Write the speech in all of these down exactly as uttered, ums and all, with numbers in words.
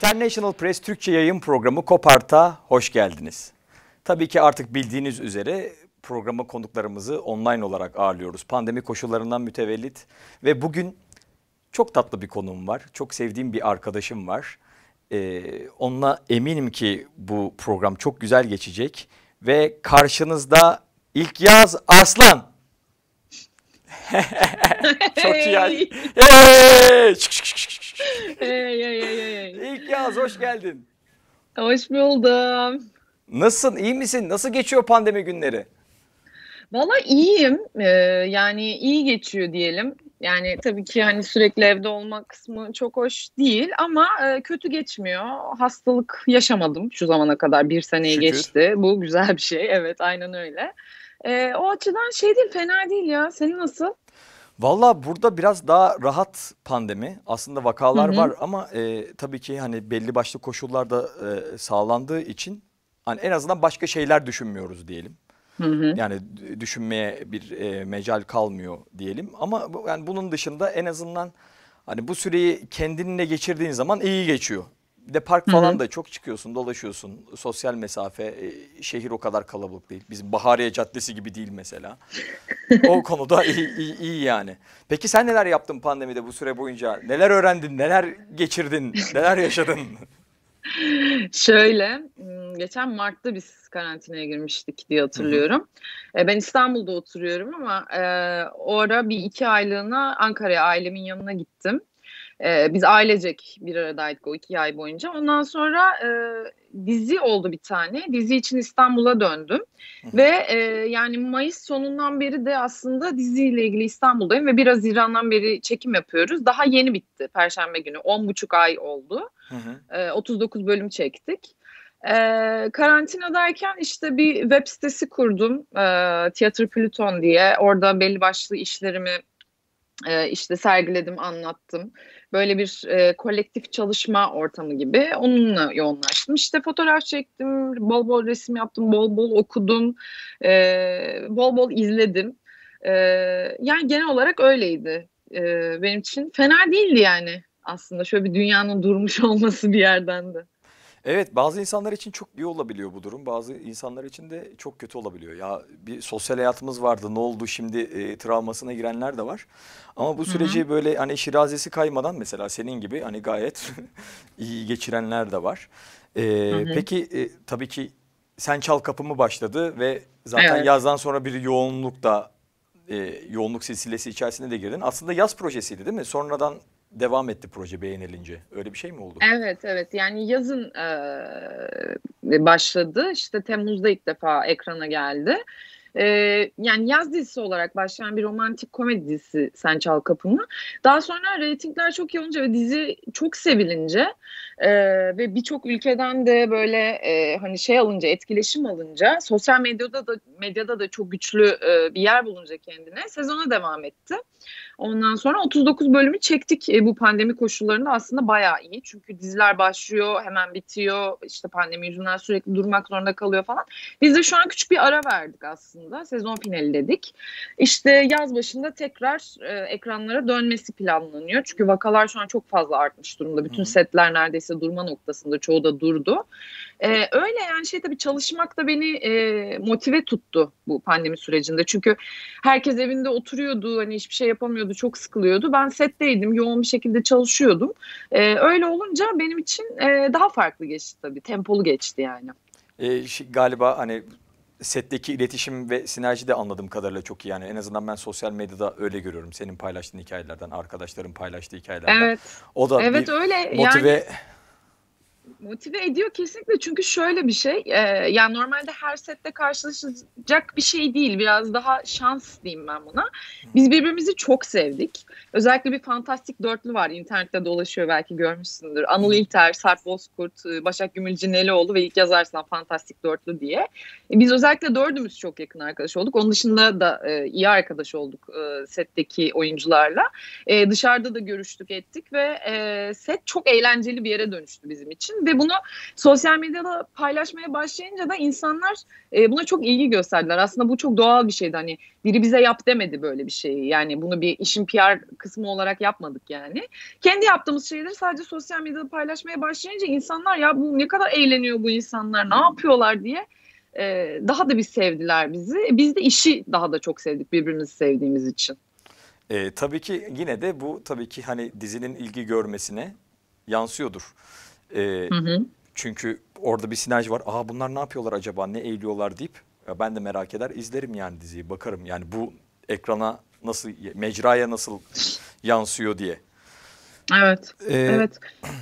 International Press Türkçe yayın programı Kopart'a hoş geldiniz. Tabii ki artık bildiğiniz üzere programa konuklarımızı online olarak ağırlıyoruz. Pandemi koşullarından mütevellit ve bugün çok tatlı bir konuğum var. Çok sevdiğim bir arkadaşım var. Ee, onunla eminim ki bu program çok güzel geçecek. Ve karşınızda İlkyaz Arslan. Çok iyi. Hey! Hey! Hey, hey, hey, hey. İlkyaz hoş geldin. Hoş buldum. Nasılsın? İyi misin? Nasıl geçiyor pandemi günleri? Valla iyiyim. Ee, yani iyi geçiyor diyelim. Yani tabii ki hani sürekli evde olma kısmı çok hoş değil ama e, kötü geçmiyor. Hastalık yaşamadım şu zamana kadar. Bir seneyi Şükür. geçti. Bu güzel bir şey. Evet, aynen öyle. Ee, o açıdan şey değil, fena değil ya. Senin nasıl? Valla burada biraz daha rahat pandemi. Aslında Hı vakalar hı. var ama e, tabii ki hani belli başlı koşullarda e, sağlandığı için hani en azından başka şeyler düşünmüyoruz diyelim. Hı hı. Yani d- düşünmeye bir e, mecal kalmıyor diyelim. Ama bu- yani bunun dışında en azından hani bu süreyi kendinle geçirdiğin zaman iyi geçiyor. Bir de park Hı falan hı. da çok çıkıyorsun, dolaşıyorsun. Sosyal mesafe, e, şehir o kadar kalabalık değil. Bizim Bahariye Caddesi gibi değil mesela. O konuda iyi, iyi, iyi yani. Peki sen neler yaptın pandemide bu süre boyunca? Neler öğrendin, neler geçirdin, neler yaşadın? Şöyle, m, geçen Mart'ta biz karantinaya girmiştik diye Hı hı, hatırlıyorum. E, Ben İstanbul'da oturuyorum ama e, o ara bir iki aylığına Ankara'ya ailemin yanına gittim. Ee, biz ailecek bir aradaydık o iki ay boyunca. Ondan sonra e, dizi oldu bir tane. Dizi için İstanbul'a döndüm. hı Ve hı, e, yani Mayıs sonundan beri de aslında diziyle ilgili İstanbul'dayım ve bir Haziran'dan beri çekim yapıyoruz. Daha yeni bitti Perşembe günü. On buçuk ay oldu. hı hı. E, otuz dokuz bölüm çektik. E, Karantinadayken işte bir web sitesi kurdum. E, Tiyatro Plüton diye. Orada belli başlı işlerimi e, işte sergiledim, anlattım. Böyle bir e, kolektif çalışma ortamı gibi onunla yoğunlaştım. İşte fotoğraf çektim, bol bol resim yaptım, bol bol okudum, e, bol bol izledim. E, Yani genel olarak öyleydi e, benim için. Fena değildi yani aslında şöyle bir dünyanın durmuş olması bir yerden de. Evet, bazı insanlar için çok iyi olabiliyor bu durum. Bazı insanlar için de çok kötü olabiliyor. Ya bir sosyal hayatımız vardı, ne oldu şimdi e, travmasına girenler de var. Ama bu Hı hı. süreci böyle hani şirazesi kaymadan mesela senin gibi hani gayet iyi geçirenler de var. Hı E, hı. peki e, tabii ki Sen Çal Kapımı başladı ve zaten Evet. yazdan sonra bir yoğunluk da e, yoğunluk silsilesi içerisine de girdin. Aslında yaz projesiydi değil mi? Sonradan devam etti proje beğenilince. Öyle bir şey mi oldu? Evet, evet. Yani yazın eee, başladı. İşte Temmuz'da ilk defa ekrana geldi. Eee, yani yaz dizisi olarak başlayan bir romantik komedi dizisi Sen Çal Kapımı. Daha sonra reytingler çok iyi olunca ve dizi çok sevilince eee, ve birçok ülkeden de böyle eee, hani şey alınca, etkileşim alınca, sosyal medyada da medyada da çok güçlü eee, bir yer bulunca kendine sezona devam etti. Ondan sonra otuz dokuz bölümü çektik. E, bu pandemi koşullarında aslında bayağı iyi. Çünkü diziler başlıyor, hemen bitiyor. İşte pandemi yüzünden sürekli durmak zorunda kalıyor falan. Biz de şu an küçük bir ara verdik aslında. Sezon finali dedik. İşte yaz başında tekrar e, ekranlara dönmesi planlanıyor. Çünkü vakalar şu an çok fazla artmış durumda. Hı Bütün hı. setler neredeyse durma noktasında. Çoğu da durdu. Ee, öyle yani şey tabii çalışmak da beni e, motive tuttu bu pandemi sürecinde. Çünkü herkes evinde oturuyordu, hani hiçbir şey yapamıyordu, çok sıkılıyordu. Ben setteydim, yoğun bir şekilde çalışıyordum. Ee, öyle olunca benim için e, daha farklı geçti tabii, tempolu geçti yani. E, şi- galiba hani setteki iletişim ve sinerji de anladığım kadarıyla çok iyi. Yani en azından ben sosyal medyada öyle görüyorum. Senin paylaştığın hikayelerden, arkadaşların paylaştığı hikayelerden. Evet, O da evet bir öyle yani. motive. Motive ediyor kesinlikle çünkü şöyle bir şey e, yani normalde her sette karşılaşacak bir şey değil, biraz daha şans diyeyim ben buna. Biz birbirimizi çok sevdik, özellikle bir fantastik dörtlü var, internette dolaşıyor, belki görmüşsündür. Hı Anıl hı. İlter, Sarp Bozkurt, e, Başak Gümülcinelioğlu ve İlk Yazarslan fantastik dörtlü diye. E, biz özellikle dördümüz çok yakın arkadaş olduk, onun dışında da e, iyi arkadaş olduk e, setteki oyuncularla. E, dışarıda da görüştük ettik ve e, set çok eğlenceli bir yere dönüştü bizim için ve ve bunu sosyal medyada paylaşmaya başlayınca da insanlar e, buna çok ilgi gösterdiler. Aslında bu çok doğal bir şeydi. Hani biri bize yap demedi böyle bir şeyi. Yani bunu bir işin P R kısmı olarak yapmadık yani. Kendi yaptığımız şeyleri sadece sosyal medyada paylaşmaya başlayınca insanlar ya bu ne kadar eğleniyor bu insanlar, ne yapıyorlar diye e, daha da bir sevdiler bizi. Biz de işi daha da çok sevdik birbirimizi sevdiğimiz için. E, tabii ki yine de bu tabii ki hani dizinin ilgi görmesine yansıyordur. E, Hı hı. Çünkü orada bir sinerji var. Aa bunlar ne yapıyorlar acaba, ne eğiliyorlar deyip ya ben de merak eder izlerim yani diziyi, bakarım. Yani bu ekrana nasıl, mecraya nasıl yansıyor diye. Evet, E, evet.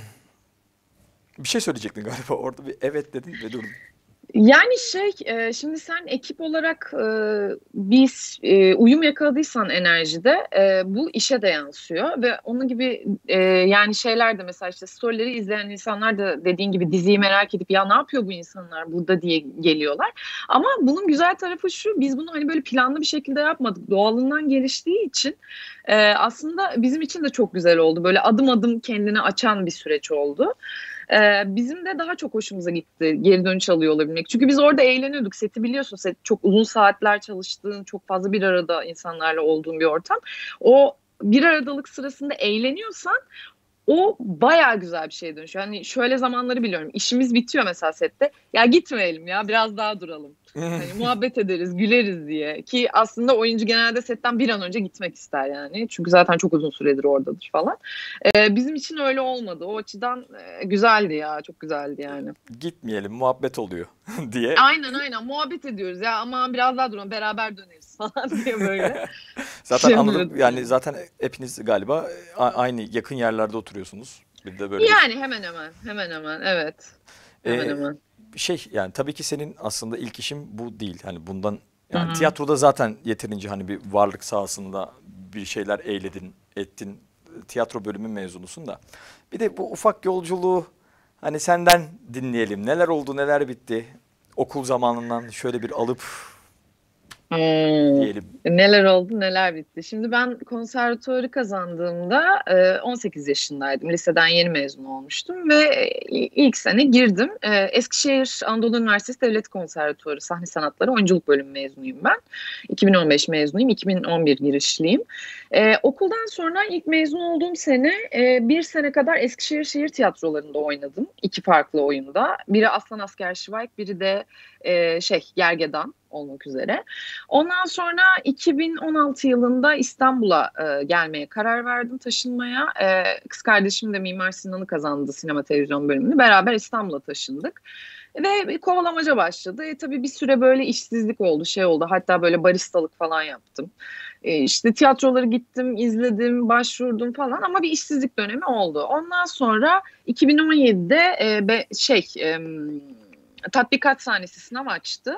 Bir şey söyleyecektin galiba orada, bir evet dedin ve durdun. Yani şey, e, şimdi sen ekip olarak e, bir e, uyum yakaladıysan enerjide e, bu işe de yansıyor ve onun gibi e, yani şeyler de mesela işte storyleri izleyen insanlar da dediğin gibi diziyi merak edip ya ne yapıyor bu insanlar burada diye geliyorlar. Ama bunun güzel tarafı şu, biz bunu hani böyle planlı bir şekilde yapmadık. Doğalından geliştiği için e, aslında bizim için de çok güzel oldu. Böyle adım adım kendini açan bir süreç oldu. Ee, bizim de daha çok hoşumuza gitti geri dönüş alıyor olabilmek. Çünkü biz orada eğleniyorduk. Seti biliyorsun, set çok uzun saatler çalıştığın, çok fazla bir arada insanlarla olduğun bir ortam. O bir aradalık sırasında eğleniyorsan o bayağı güzel bir şeye dönüşüyor. Hani şöyle zamanları biliyorum. İşimiz bitiyor mesela sette. Ya gitmeyelim ya, biraz daha duralım. Hani muhabbet ederiz, güleriz diye. Ki aslında oyuncu genelde setten bir an önce gitmek ister yani. Çünkü zaten çok uzun süredir oradadır falan. Ee, bizim için öyle olmadı. O açıdan e, güzeldi ya. Çok güzeldi yani. Gitmeyelim, muhabbet oluyor diye. Aynen aynen muhabbet ediyoruz ya, ama biraz daha duralım beraber döneriz falan diye böyle Zaten şey anladım yapıyorduk yani, yani. zaten hepiniz galiba a- aynı yakın yerlerde oturuyorsunuz. Bir de böyle bir Yani hemen hemen hemen hemen evet. Hemen Ee, hemen. şey yani tabii ki senin aslında ilk işin bu değil. Hani bundan, Hı yani hı. tiyatroda zaten yeterince hani bir varlık sahasında bir şeyler eyledin, ettin. Tiyatro bölümü mezunusun da. Bir de bu ufak yolculuğu hani senden dinleyelim. Neler oldu, neler bitti? Okul zamanından şöyle bir alıp Hmm. diyelim. Neler oldu neler bitti. Şimdi ben konservatuvarı kazandığımda e, on sekiz yaşındaydım. Liseden yeni mezun olmuştum ve e, ilk sene girdim. E, Eskişehir Anadolu Üniversitesi Devlet Konservatuvarı Sahne Sanatları Oyunculuk Bölümü mezunuyum ben. iki bin on beş mezunuyum, iki bin on bir girişliyim. E, okuldan sonra ilk mezun olduğum sene e, bir sene kadar Eskişehir Şehir Tiyatroları'nda oynadım. İki farklı oyunda. Biri Aslan Asker Şivayk, biri de e, şey Gergedan olmak üzere. Ondan sonra iki bin on altı yılında İstanbul'a e, gelmeye karar verdim, taşınmaya. E, kız kardeşim de Mimar Sinan'ı kazandı, sinema televizyon bölümünü. Beraber İstanbul'a taşındık. Ve bir kovalamaca başladı. E, tabii bir süre böyle işsizlik oldu, şey oldu. Hatta böyle baristalık falan yaptım. E, işte tiyatroları gittim, izledim, başvurdum falan ama bir işsizlik dönemi oldu. Ondan sonra iki bin on yedide e, be, şey e, tatbikat sahnesi sınav açtı.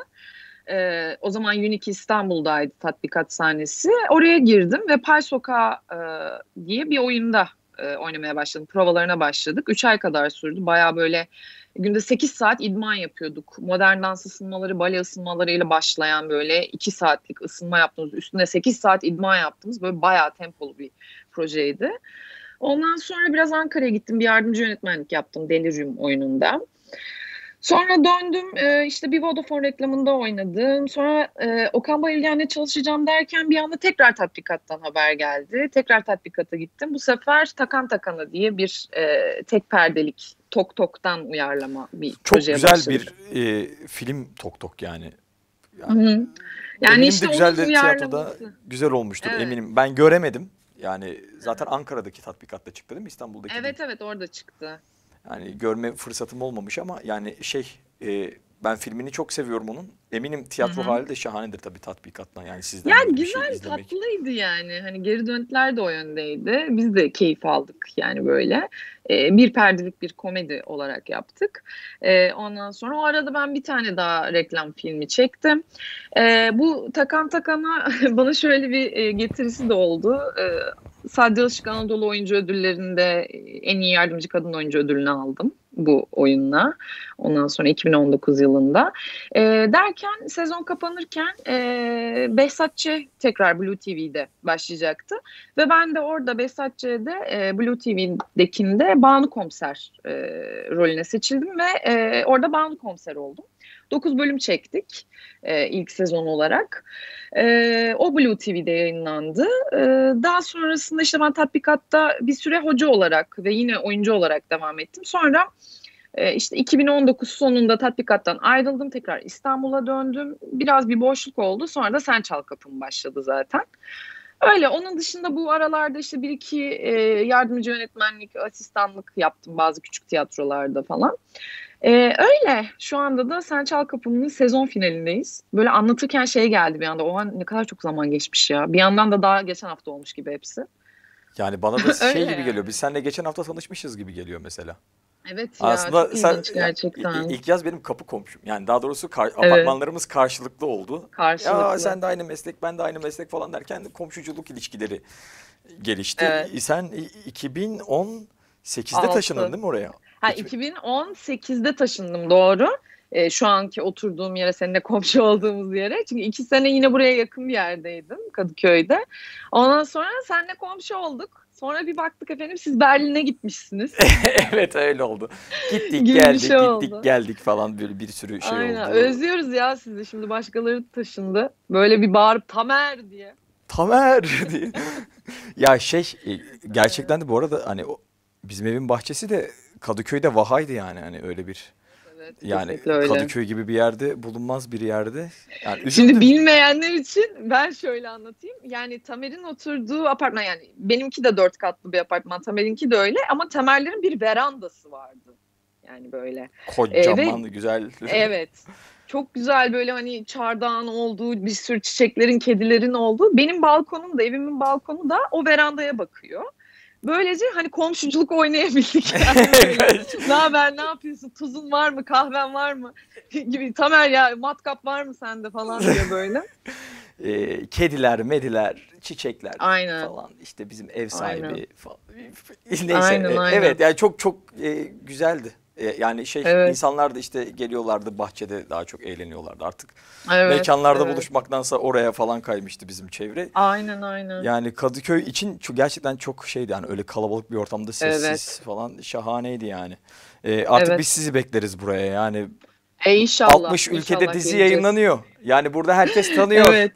Ee, o zaman Uniki İstanbul'daydı tatbikat sahnesi. Oraya girdim ve Pay Sokağı e, diye bir oyunda e, oynamaya başladım. Provalarına başladık. Üç ay kadar sürdü. Baya böyle günde sekiz saat idman yapıyorduk. Modern dans ısınmaları, bale ısınmalarıyla başlayan böyle iki saatlik ısınma yaptığımız, üstüne sekiz saat idman yaptığımız böyle bayağı tempolu bir projeydi. Ondan sonra biraz Ankara'ya gittim. Bir yardımcı yönetmenlik yaptım Delirium oyununda. Sonra döndüm e, işte bir Vodafone reklamında oynadım. Sonra e, Okan Bayülgen'le çalışacağım derken bir anda tekrar tatbikattan haber geldi. Tekrar tatbikata gittim. Bu sefer Takan Takana diye bir e, tek perdelik Tok Tok'tan uyarlama bir Çok projeye güzel başladık. bir e, film Tok Tok yani. Hı Yani hı. Yani eminim de işte güzel onun de tiyatroda uyarlaması. güzel olmuştur Evet. eminim. Ben göremedim. Yani zaten Evet. Ankara'daki tatbikatta çıktı değil mi? İstanbul'daki değil. Evet evet orada çıktı. Yani görme fırsatım olmamış ama yani şey, e, ben filmini çok seviyorum onun. Eminim Hı tiyatro hı. hali de şahanedir tabii tatbikatla. Yani Ya sizden böyle bir şey güzel, izlemek. tatlıydı yani. Hani geri dönütler de o yöndeydi. Biz de keyif aldık yani böyle. Ee, bir perdelik bir komedi olarak yaptık. Ee, ondan sonra o arada ben bir tane daha reklam filmi çektim. Ee, bu Takan Takan'a bana şöyle bir e, getirisi de oldu. Ee, Sadri Alışık Anadolu Oyuncu Ödülleri'nde en iyi yardımcı kadın oyuncu ödülünü aldım. bu oyunla. Ondan sonra iki bin on dokuz yılında. E, derken sezon kapanırken e, Behzat Ç. tekrar Blue T V'de başlayacaktı. Ve ben de orada Behzat Ç'de e, Blue T V'dekinde Banu Komiser e, rolüne seçildim ve e, orada Banu Komiser oldum. dokuz bölüm çektik e, ilk sezon olarak. E, o Blue T V'de yayınlandı. E, daha sonrasında işte ben tatbikatta bir süre hoca olarak ve yine oyuncu olarak devam ettim. Sonra e, işte iki bin on dokuz sonunda tatbikattan ayrıldım. Tekrar İstanbul'a döndüm. Biraz bir boşluk oldu. Sonra da Sen Çal Kapım başladı zaten. Öyle. Onun dışında bu aralarda işte bir iki e, yardımcı yönetmenlik, asistanlık yaptım bazı küçük tiyatrolarda falan. Ee, öyle. Şu anda da Sen Çal Kapım'ın sezon finalindeyiz. Böyle anlatırken şey geldi bir anda. O an ne kadar çok zaman geçmiş ya. Bir yandan da daha geçen hafta olmuş gibi hepsi. Yani bana da şey Öyle gibi yani. geliyor. Biz seninle geçen hafta tanışmışız gibi geliyor mesela. Evet ya, Aslında çok sen ilginç ya, gerçekten. i- ilk yaz benim kapı komşum. Yani daha doğrusu kar- Evet, apartmanlarımız karşılıklı oldu. Ya karşılıklı. sen de aynı meslek, ben de aynı meslek falan derken komşuculuk ilişkileri gelişti. Evet. İ- Sen i- iki bin on sekizde taşındın Altı. değil mi oraya? Ha, İki- iki bin on sekizde taşındım, doğru. Ee, şu anki oturduğum yere, seninle komşu olduğumuz yere. Çünkü iki sene yine buraya yakın bir yerdeydim, Kadıköy'de. Ondan sonra seninle komşu olduk. Sonra bir baktık efendim siz Berlin'e gitmişsiniz Evet öyle oldu. Gittik gibi bir geldik şey gittik oldu. geldik falan böyle bir sürü şey Aynen. oldu. Özlüyoruz ya sizi. Şimdi başkaları taşındı. Böyle bir bağırıp Tamer diye. Tamer diye. Ya şey e, gerçekten de bu arada hani o, bizim evin bahçesi de Kadıköy'de Vahay'dı yani hani öyle bir Evet, yani kesinlikle öyle. Kadıköy gibi bir yerde bulunmaz bir yerde. Yani Şimdi üzüldüm. bilmeyenler için ben şöyle anlatayım. Yani Tamer'in oturduğu apartman, yani benimki de dört katlı bir apartman. Tamer'inki de öyle ama Tamer'lerin bir verandası vardı. Yani böyle. Ee, ve Kocaman güzel. evet, çok güzel böyle hani çardağın olduğu, bir sürü çiçeklerin, kedilerin olduğu. Benim balkonum da, evimin balkonu da o verandaya bakıyor. Böylece hani komşuculuk oynayabildik yani böyle. Evet. Ne haber, ne yapıyorsun, tuzun var mı, kahven var mı gibi. Tamer ya matkap var mı sende falan diye böyle. Ee, kediler, mediler, çiçekler Aynen, falan işte bizim ev aynen, sahibi falan. Neyse aynen, e, aynen. evet yani çok çok e, güzeldi. E, yani şey Evet, insanlar da işte geliyorlardı bahçede daha çok eğleniyorlardı artık. evet, Mekanlarda evet. buluşmaktansa oraya falan kaymıştı bizim çevre. Aynen, aynen. Yani Kadıköy için çok, gerçekten çok şeydi yani öyle kalabalık bir ortamda sessiz Evet, falan şahaneydi yani. E, artık biz evet. sizi bekleriz buraya yani E inşallah, altmış ülkede inşallah dizi geleceğiz. yayınlanıyor. Yani burada herkes tanıyor. Evet.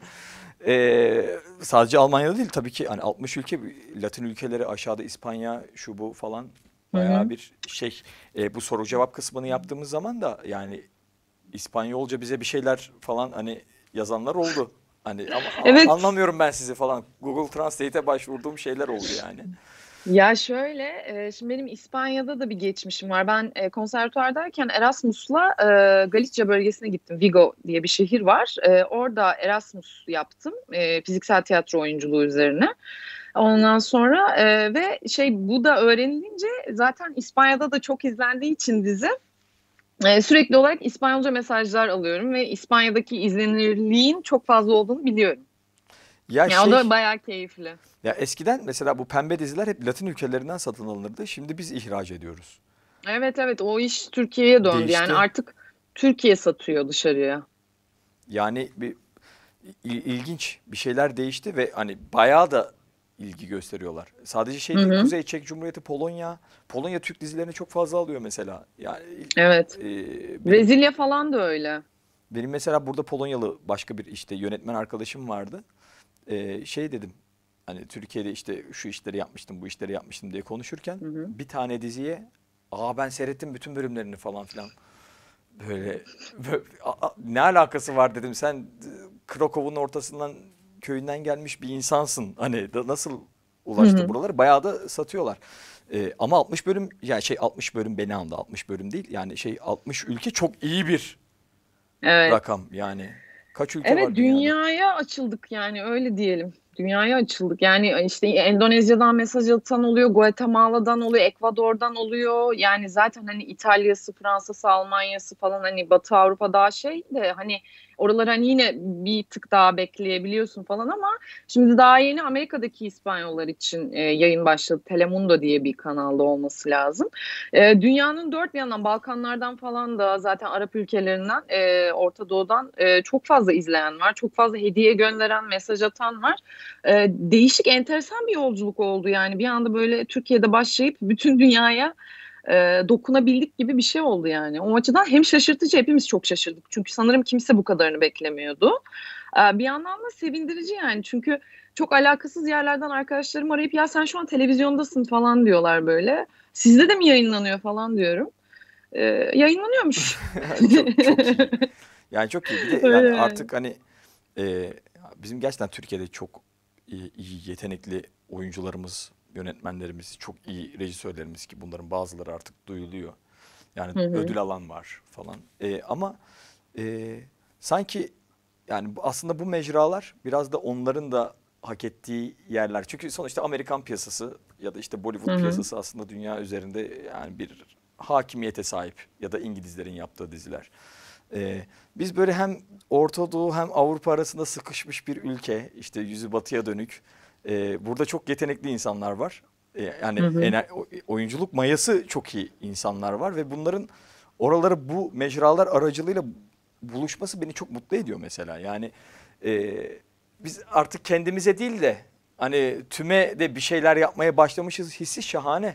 Ee, sadece Almanya'da değil tabii ki hani altmış ülke Latin ülkeleri aşağıda İspanya şu bu falan Hı bayağı hı. bir şey e, bu soru cevap kısmını yaptığımız zaman da yani İspanyolca bize bir şeyler falan hani yazanlar oldu. Hani ama a- Evet. anlamıyorum ben sizi falan. Google Translate'e başvurduğum şeyler oldu yani. Ya şöyle, e, şimdi benim İspanya'da da bir geçmişim var. Ben e, konservatuvardayken Erasmus'la e, Galicia bölgesine gittim. Vigo diye bir şehir var. E, orada Erasmus yaptım. E, fiziksel tiyatro oyunculuğu üzerine. Ondan sonra e, ve şey bu da öğrenilince zaten İspanya'da da çok izlendiği için dizi e, sürekli olarak İspanyolca mesajlar alıyorum ve İspanya'daki izlenirliğin çok fazla olduğunu biliyorum. Ya Yani o da şey bayağı keyifli. ya eskiden mesela bu pembe diziler hep Latin ülkelerinden satın alınırdı. Şimdi biz ihraç ediyoruz. Evet, evet, o iş Türkiye'ye döndü. Yani Değişti. artık Türkiye satıyor dışarıya. Yani bir il- ilginç bir şeyler değişti ve hani bayağı da ilgi gösteriyorlar. Sadece Hı şey değil, hı. Kuzey Çek Cumhuriyeti, Polonya. Polonya Türk dizilerini çok fazla alıyor mesela. Yani Evet. e, benim Brezilya falan da öyle. benim mesela burada Polonyalı başka bir işte yönetmen arkadaşım vardı. E, şey dedim. Hani Türkiye'de işte şu işleri yapmıştım, bu işleri yapmıştım diye konuşurken Hı hı. bir tane diziye aa ben seyrettim bütün bölümlerini falan filan. Böyle, böyle a- a- ne alakası var dedim. Sen e, Krakow'un ortasından köyünden gelmiş bir insansın. Hani da nasıl Hı ulaştı hı. buralara? Bayağı da satıyorlar. E, ama altmış bölüm yani şey altmış bölüm beni andı. altmış bölüm değil. Yani şey altmış ülke çok iyi bir Evet. rakam yani. Kaç ülke Evet, var dünyada? dünyaya açıldık yani, öyle diyelim. Dünyaya açıldık. Yani işte Endonezya'dan mesaj atan oluyor, Guatemala'dan oluyor, Ekvador'dan oluyor. Yani zaten hani İtalya'sı, Fransa'sı, Almanya'sı falan, hani Batı Avrupa daha şey de hani oraları hani yine bir tık daha bekleyebiliyorsun falan ama şimdi daha yeni Amerika'daki İspanyollar için e, yayın başladı. Telemundo diye bir kanalda olması lazım. E, dünyanın dört bir yanından, Balkanlardan falan da, zaten Arap ülkelerinden, e, Orta Doğu'dan e, çok fazla izleyen var. Çok fazla hediye gönderen, mesaj atan var. E, değişik, enteresan bir yolculuk oldu yani. Bir anda böyle Türkiye'de başlayıp bütün dünyaya e, dokunabildik gibi bir şey oldu yani. O açıdan hem şaşırtıcı, hepimiz çok şaşırdık. Çünkü sanırım kimse bu kadarını beklemiyordu. E, bir yandan da sevindirici yani. Çünkü çok alakasız yerlerden arkadaşlarım arayıp ya sen şu an televizyondasın falan diyorlar böyle. Sizde de mi yayınlanıyor falan diyorum. E, yayınlanıyormuş. Çok çok iyi. Yani çok iyi. Bir de yani Öyle yani. artık hani e, bizim gerçekten Türkiye'de çok iyi, iyi, yetenekli oyuncularımız, yönetmenlerimiz, çok iyi rejisörlerimiz ki bunların bazıları artık duyuluyor. Yani Hı hı. ödül alan var falan. E, ama e, sanki yani bu- aslında bu mecralar biraz da onların da hak ettiği yerler. Çünkü sonuçta Amerikan piyasası ya da işte Hı Bollywood hı. piyasası aslında dünya üzerinde yani bir hakimiyete sahip ya da İngilizlerin yaptığı diziler. Ee, biz böyle hem Orta Doğu hem Avrupa arasında sıkışmış bir ülke, işte yüzü batıya dönük. Ee, burada çok yetenekli insanlar var. Ee, yani Hı hı. ener- o- oyunculuk mayası çok iyi insanlar var ve bunların oraları bu mecralar aracılığıyla buluşması beni çok mutlu ediyor mesela. Yani e, biz artık kendimize değil de hani tüme de bir şeyler yapmaya başlamışız hissi şahane.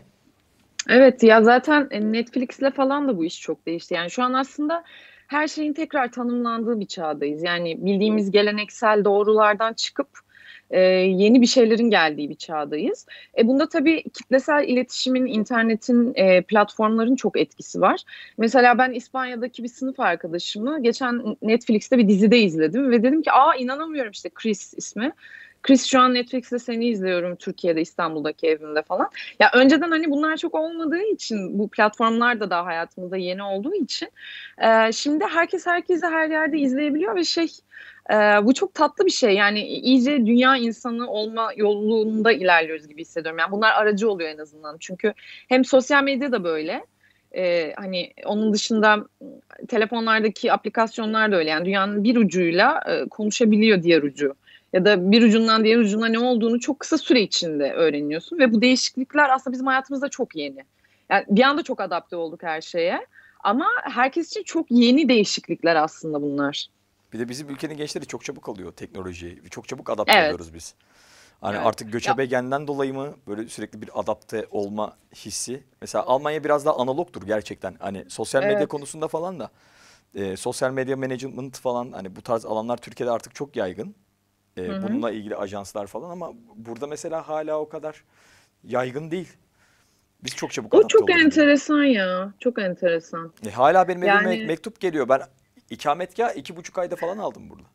Evet ya, zaten Netflix'le falan da bu iş çok değişti. Yani şu an aslında her şeyin tekrar tanımlandığı bir çağdayız. Yani bildiğimiz geleneksel doğrulardan çıkıp e, yeni bir şeylerin geldiği bir çağdayız. E, bunda tabii kitlesel iletişimin, internetin, e, platformların çok etkisi var. Mesela ben İspanya'daki bir sınıf arkadaşımı geçen Netflix'te bir dizide izledim ve dedim ki aa, inanamıyorum, işte Chris ismi. Chris, şu an Netflix'te seni izliyorum, Türkiye'de, İstanbul'daki evimde falan. Ya önceden hani bunlar çok olmadığı için, bu platformlar da daha hayatımızda yeni olduğu için e, şimdi herkes herkesi her yerde izleyebiliyor ve şey, e, bu çok tatlı bir şey. Yani iyice dünya insanı olma yolunda ilerliyoruz gibi hissediyorum. Yani bunlar aracı oluyor en azından. Çünkü hem sosyal medya da böyle. E, hani onun dışında telefonlardaki aplikasyonlar da öyle. Yani dünyanın bir ucuyla e, konuşabiliyor diğer ucu. Ya da bir ucundan diğer ucuna ne olduğunu çok kısa süre içinde öğreniyorsun. Ve bu değişiklikler aslında bizim hayatımızda çok yeni. Yani bir anda çok adapte olduk her şeye. Ama herkes için çok yeni değişiklikler aslında bunlar. Bir de bizim ülkenin gençleri çok çabuk alıyor teknolojiyi. Çok çabuk adapte Evet, oluyoruz biz. Hani evet. artık Ya, göçebegenden dolayı mı böyle sürekli bir adapte olma hissi. Mesela Almanya biraz daha analogtur gerçekten. Hani sosyal medya evet. konusunda falan da e, sosyal medya management falan hani bu tarz alanlar Türkiye'de artık çok yaygın. Hı E, hı. bununla ilgili ajanslar falan ama burada mesela hala o kadar yaygın değil. Biz çok çabuk O adapte çok oluruz buna. enteresan ya. Çok enteresan. E, hala benim evime me- Yani mektup geliyor. Ben ikametgah iki buçuk ayda falan aldım burada.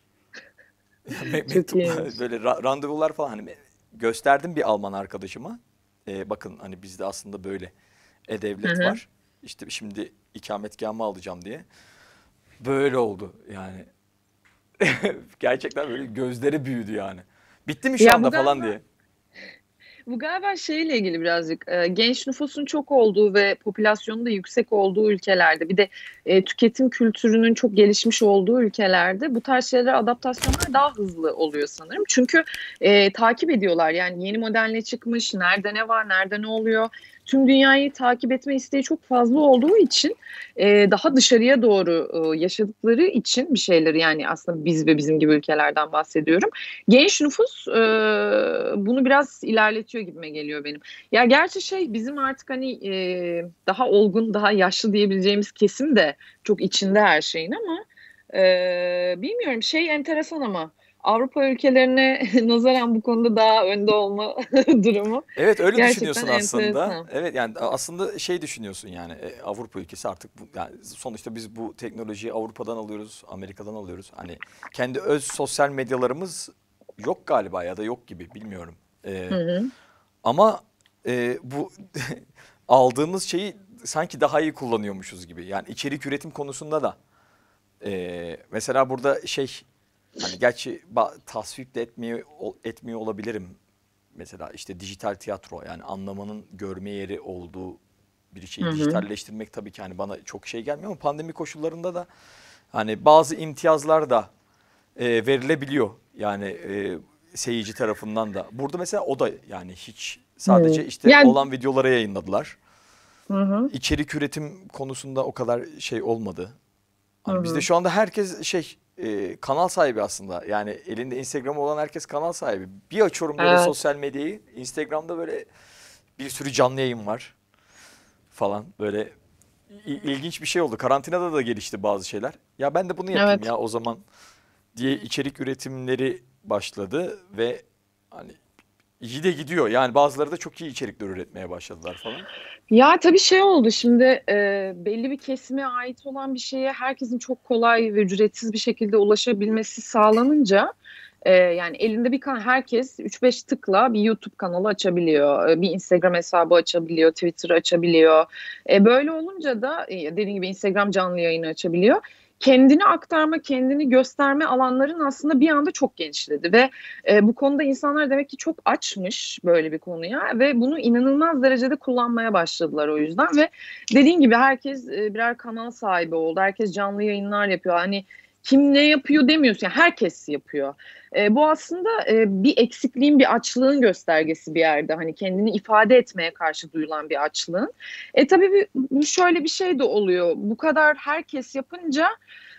Ya me- çok mektup iyiymiş. böyle ra- randevular falan hani me- gösterdim bir Alman arkadaşıma. E, bakın hani bizde aslında böyle Hı e-devlet hı. var. İşte şimdi ikametgahımı alacağım diye. Böyle oldu yani. Gerçekten böyle gözleri büyüdü yani. Bitti mi şu Ya bu anda falan galiba diye. Bu galiba şeyle ilgili birazcık, e, genç nüfusun çok olduğu ve popülasyonun da yüksek olduğu ülkelerde, bir de e, tüketim kültürünün çok gelişmiş olduğu ülkelerde bu tarz şeylere adaptasyonlar daha hızlı oluyor sanırım. Çünkü e, takip ediyorlar, yani yeni model ne çıkmış, nerede ne var, nerede ne oluyor. Tüm dünyayı takip etme isteği çok fazla olduğu için e, daha dışarıya doğru e, yaşadıkları için bir şeyleri, yani aslında biz ve bizim gibi ülkelerden bahsediyorum. Genç nüfus e, bunu biraz ilerletiyor gibime geliyor benim. Ya gerçi şey, bizim artık hani e, daha olgun, daha yaşlı diyebileceğimiz kesim de çok içinde her şeyin ama e, bilmiyorum, şey enteresan ama Avrupa ülkelerine nazaran bu konuda daha önde olma durumu Evet öyle gerçekten düşünüyorsun aslında. enteresan. Evet yani aslında şey düşünüyorsun yani e, Avrupa ülkesi artık bu, yani sonuçta biz bu teknolojiyi Avrupa'dan alıyoruz, Amerika'dan alıyoruz. Hani kendi öz sosyal medyalarımız yok galiba ya da yok gibi bilmiyorum. Hı Ee, hı. ama e, bu aldığımız şeyi sanki daha iyi kullanıyormuşuz gibi. Yani içerik üretim konusunda da e, mesela burada şey hani gerçi ba- tasvip de etmiyor, etmiyor olabilirim. Mesela işte dijital tiyatro yani anlamanın görme yeri olduğu bir Hı şeyi hı. dijitalleştirmek tabii ki hani bana çok şey gelmiyor ama pandemi koşullarında da Hani bazı imtiyazlar da e, verilebiliyor. Yani e, seyirci tarafından da. Burada mesela o da yani hiç Hmm. sadece işte Yani olan videoları yayınladılar. hı hı, İçerik üretim konusunda o kadar şey olmadı. hı Hani bizde hı. şu anda herkes şey e, kanal sahibi aslında. Yani elinde Instagram olan herkes kanal sahibi. Bir açıyorum böyle Evet. sosyal medyayı. Instagram'da böyle bir sürü canlı yayın var falan. Böyle il- ilginç bir şey oldu. Karantinada da gelişti bazı şeyler. Ya ben de bunu yapayım Evet. ya o zaman diye içerik üretimleri başladı ve hani iyi de gidiyor. Yani bazıları da çok iyi içerikler üretmeye başladılar falan. Ya tabii şey oldu şimdi, e, belli bir kesime ait olan bir şeye herkesin çok kolay ve ücretsiz bir şekilde ulaşabilmesi sağlanınca, e, yani elinde bir kan herkes üç beş tıkla bir YouTube kanalı açabiliyor, e, bir Instagram hesabı açabiliyor, Twitter açabiliyor. E, böyle olunca da e, dediğim gibi Instagram canlı yayını açabiliyor. Kendini aktarma, kendini gösterme alanların aslında bir anda çok genişledi ve e, bu konuda insanlar demek ki çok açmış böyle bir konuya ve bunu inanılmaz derecede kullanmaya başladılar o yüzden ve dediğin gibi herkes e, birer kanal sahibi oldu. Herkes canlı yayınlar yapıyor. Hani kim ne yapıyor demiyorsun. Yani herkes yapıyor. E, bu aslında e, bir eksikliğin, bir açlığın göstergesi bir yerde. Hani kendini ifade etmeye karşı duyulan bir açlığın. E tabii bir, bu şöyle bir şey de oluyor. Bu kadar herkes yapınca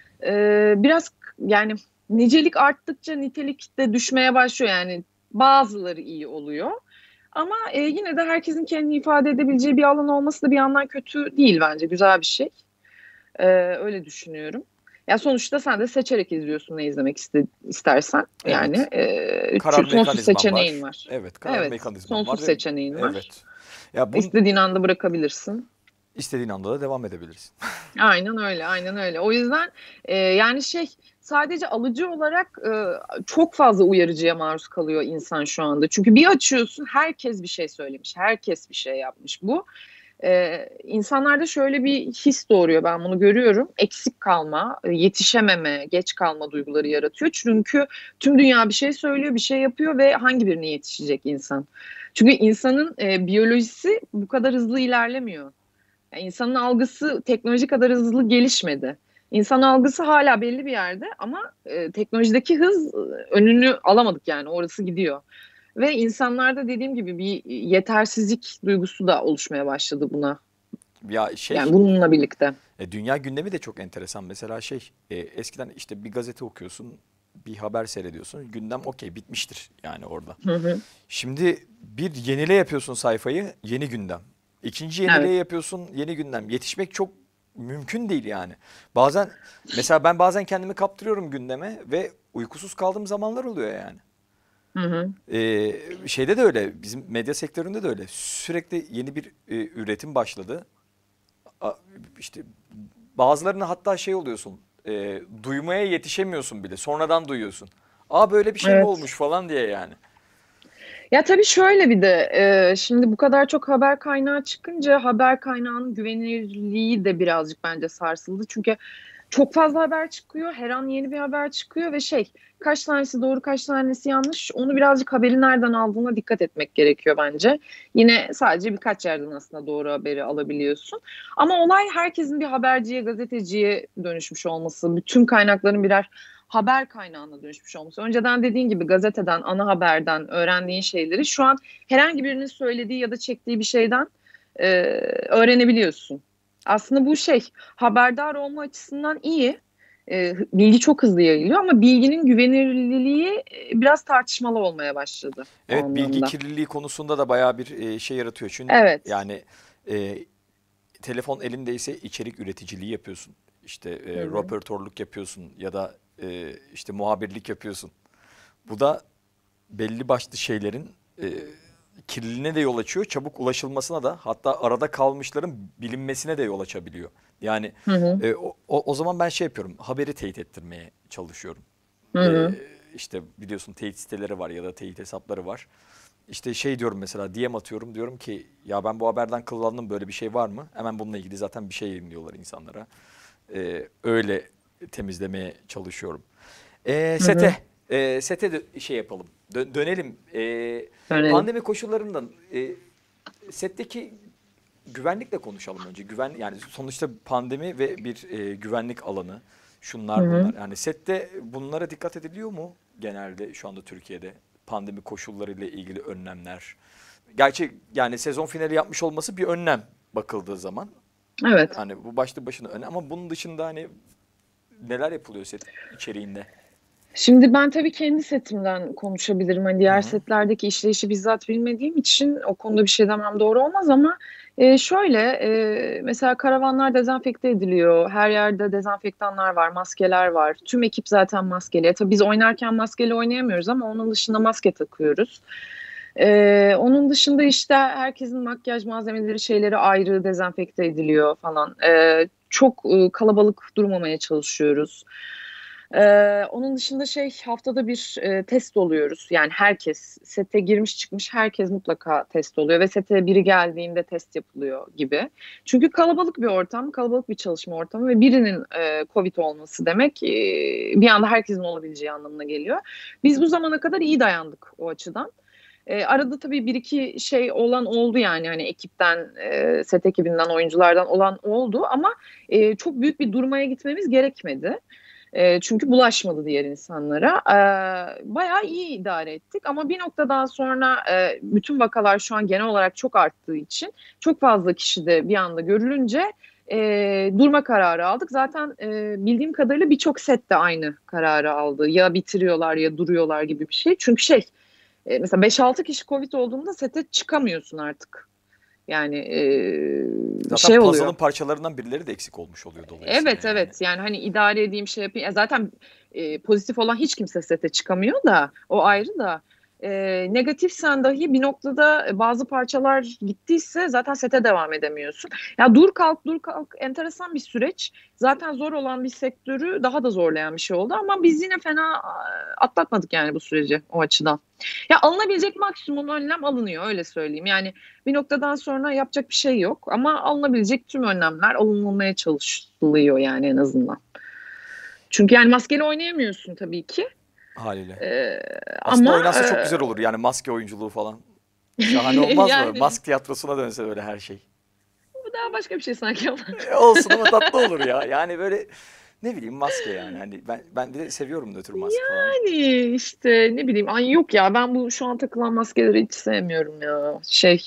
e, biraz yani nicelik arttıkça nitelik de düşmeye başlıyor. Yani bazıları iyi oluyor. Ama e, yine de herkesin kendini ifade edebileceği bir alan olması da bir yandan kötü değil bence. Güzel bir şey. E, öyle düşünüyorum. Ya sonuçta sen de seçerek izliyorsun ne izlemek iste, istersen. Yani Evet. e, Karar çü- sonsuz mekanizmam seçeneğin var. var. Evet, karar Evet, mekanizmam var sonsuz ve seçeneğin var. evet. Ya bu İstediğin anda bırakabilirsin. istediğin anda da devam edebilirsin. Aynen öyle, aynen öyle. O yüzden e, yani şey sadece alıcı olarak e, çok fazla uyarıcıya maruz kalıyor insan şu anda. Çünkü bir açıyorsun herkes bir şey söylemiş, herkes bir şey yapmış. Bu e, insanlarda şöyle bir his doğuruyor, ben bunu görüyorum. Eksik kalma, e, yetişememe, geç kalma duyguları yaratıyor. Çünkü tüm dünya bir şey söylüyor, bir şey yapıyor ve hangi birine yetişecek insan? Çünkü insanın e, biyolojisi bu kadar hızlı ilerlemiyor. Yani insanın algısı teknoloji kadar hızlı gelişmedi. İnsan algısı hala belli bir yerde ama e, teknolojideki hız e, önünü alamadık, yani orası gidiyor. Ve insanlarda dediğim gibi bir yetersizlik duygusu da oluşmaya başladı buna. Ya şey Yani bununla birlikte. e, dünya gündemi de çok enteresan. Mesela şey e, eskiden işte bir gazete okuyorsun, bir haber seyrediyorsun. Gündem okey bitmiştir yani orada. Hı hı. Şimdi bir yenile yapıyorsun sayfayı, yeni gündem. İkinci yeniliğe Evet. yapıyorsun, yeni gündem. Yetişmek çok mümkün değil yani. Bazen mesela ben bazen kendimi kaptırıyorum gündeme ve uykusuz kaldığım zamanlar oluyor yani. Hı hı. Ee, şeyde de öyle, bizim medya sektöründe de öyle. Sürekli yeni bir e, üretim başladı. A- İşte bazılarını hatta şey oluyorsun, e, duymaya yetişemiyorsun bile. Sonradan duyuyorsun. Aa böyle bir şey mi Evet. olmuş falan diye yani. Ya tabii şöyle bir de e, şimdi bu kadar çok haber kaynağı çıkınca haber kaynağının güvenilirliği de birazcık bence sarsıldı. Çünkü çok fazla haber çıkıyor. Her an yeni bir haber çıkıyor ve şey kaç tanesi doğru kaç tanesi yanlış onu birazcık haberi nereden aldığına dikkat etmek gerekiyor bence. Yine sadece birkaç yerden aslında doğru haberi alabiliyorsun. Ama olay herkesin bir haberciye, gazeteciye dönüşmüş olması. Bütün kaynakların birer haber kaynağına dönüşmüş olması. Önceden dediğin gibi gazeteden, ana haberden öğrendiğin şeyleri şu an herhangi birinin söylediği ya da çektiği bir şeyden e, öğrenebiliyorsun. Aslında bu şey haberdar olma açısından iyi. E, bilgi çok hızlı yayılıyor ama bilginin güvenilirliği e, biraz tartışmalı olmaya başladı o Evet, bilgi anlamda. kirliliği konusunda da bayağı bir e, şey yaratıyor. Çünkü Evet. yani e, telefon elindeyse içerik üreticiliği yapıyorsun. İşte Hı e, hı. röportörlük yapıyorsun ya da e, işte muhabirlik yapıyorsun. Bu da belli başlı şeylerin e, kirliliğine de yol açıyor. Çabuk ulaşılmasına da hatta arada kalmışların bilinmesine de yol açabiliyor. Yani Hı hı. e, o, o o zaman ben şey yapıyorum. Haberi teyit ettirmeye çalışıyorum. Hı E, hı. işte biliyorsun teyit siteleri var ya da teyit hesapları var. İşte şey diyorum mesela D M atıyorum diyorum ki ya ben bu haberden kullandım böyle bir şey var mı? Hemen bununla ilgili zaten bir şey yayınlıyorlar insanlara. Ee, öyle temizlemeye çalışıyorum. Ee, Hı hı. sete, e, sete de şey yapalım. Dö- dönelim. Ee, Öğrenelim. pandemi koşullarından e, setteki güvenlikle konuşalım önce. Güven yani sonuçta pandemi ve bir e, güvenlik alanı. Şunlar Hı hı. bunlar. Yani sette bunlara dikkat ediliyor mu genelde şu anda Türkiye'de? Pandemi koşullarıyla ilgili önlemler. Gerçi yani sezon finali yapmış olması bir önlem bakıldığı zaman. Evet. Hani bu başlı başına önlem ama bunun dışında hani neler yapılıyor set içeriğinde? Şimdi ben tabii kendi setimden konuşabilirim. Hani Hı diğer hı. setlerdeki işleyişi bizzat bilmediğim için o konuda bir şey demem doğru olmaz ama e, şöyle e, mesela karavanlar dezenfekte ediliyor. Her yerde dezenfektanlar var, maskeler var. Tüm ekip zaten maskeli. E, tabii biz oynarken maskeli oynayamıyoruz ama onun dışında maske takıyoruz. E, onun dışında işte herkesin makyaj malzemeleri şeyleri ayrı dezenfekte ediliyor falan. E, çok e, kalabalık durmamaya çalışıyoruz. Ee, onun dışında şey haftada bir e, test oluyoruz. Yani herkes sete girmiş çıkmış herkes mutlaka test oluyor ve sete biri geldiğinde test yapılıyor gibi. Çünkü kalabalık bir ortam, kalabalık bir çalışma ortamı ve birinin e, Covid olması demek e, bir anda herkesin olabileceği anlamına geliyor. Biz bu zamana kadar iyi dayandık o açıdan. E, arada tabii bir iki şey olan oldu yani hani ekipten, e, set ekibinden, oyunculardan olan oldu ama e, çok büyük bir durmaya gitmemiz gerekmedi. E, çünkü bulaşmadı diğer insanlara. E, bayağı iyi idare ettik ama bir noktadan sonra e, bütün vakalar şu an genel olarak çok arttığı için çok fazla kişi de bir anda görülünce e, durma kararı aldık. Zaten e, bildiğim kadarıyla birçok set de aynı kararı aldı. Ya bitiriyorlar ya duruyorlar gibi bir şey. Çünkü şey e, mesela beş altı kişi Covid olduğunda sete çıkamıyorsun artık. Yani e, Zaten şey puzzle'ın oluyor. parçaları de eksik olmuş oluyor dolayısıyla Evet yani. evet yani hani idare edeyim şey yapayım. Ya zaten e, pozitif olan hiç kimse sete çıkamıyor da o ayrı da e, negatifsen dahi bir noktada bazı parçalar gittiyse zaten sete devam edemiyorsun. Ya dur kalk dur kalk enteresan bir süreç. Zaten zor olan bir sektörü daha da zorlayan bir şey oldu ama biz yine fena e, atlatmadık yani bu süreci o açıdan. Ya alınabilecek maksimum önlem alınıyor öyle söyleyeyim. Yani bir noktadan sonra yapacak bir şey yok ama alınabilecek tüm önlemler alınmaya çalışılıyor yani en azından. Çünkü yani maskeli oynayamıyorsun tabii ki. Haliyle. Ee, Aslında ama oynansa çok güzel olur yani maske oyunculuğu falan. Şahane e, olmaz mı? yani Mask tiyatrosuna dönse böyle her şey. bu daha başka bir şey sanki ama. E, olsun ama tatlı olur ya. Yani böyle ne bileyim maske yani. Hani ben ben bir de seviyorum nötr maske falan. Yani işte ne bileyim ay yok ya ben bu şu an takılan maskeleri hiç sevmiyorum ya. Şey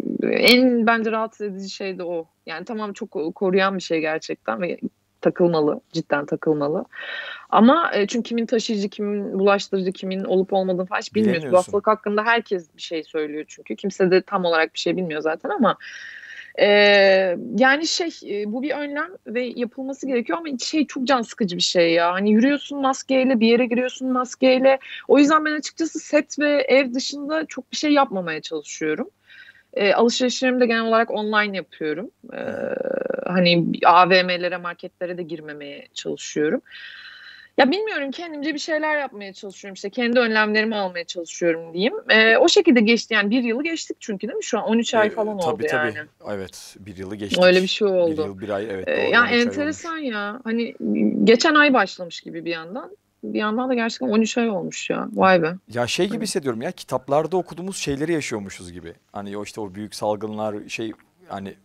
en bence rahatsız edici şey de o. Yani tamam çok koruyan bir şey gerçekten ve takılmalı. Cidden takılmalı. Ama e, çünkü kimin taşıyıcı, kimin bulaştırıcı, kimin olup olmadığını falan hiç bilmiyorsun. Bu Bilemiyorsun. hastalık hakkında herkes bir şey söylüyor çünkü. Kimse de tam olarak bir şey bilmiyor zaten ama e, yani şey e, bu bir önlem ve yapılması gerekiyor ama şey çok can sıkıcı bir şey ya. Hani yürüyorsun maskeyle bir yere giriyorsun maskeyle. O yüzden ben açıkçası set ve ev dışında çok bir şey yapmamaya çalışıyorum. E, alışverişlerimi de genel olarak online yapıyorum. E, Hı hı. hani A V M'lere, marketlere de girmemeye çalışıyorum. Ya bilmiyorum kendimce bir şeyler yapmaya çalışıyorum işte kendi önlemlerimi almaya çalışıyorum diyeyim. E, o şekilde geçti yani bir yılı geçtik çünkü değil mi? Şu an on üç ay E, falan tabii oldu tabii. yani. Evet bir yılı Öyle bir geçtik. şey Bir oldu. yıl bir ay E, evet doğru ya on üç ay olmuş. enteresan ya. Hani geçen ay başlamış gibi bir yandan. Bir yandan da gerçekten on üç ay olmuş ya. Vay be. Ya şey gibi Hani. hissediyorum ya kitaplarda okuduğumuz şeyleri yaşıyormuşuz gibi. Hani o işte o büyük salgınlar şey hani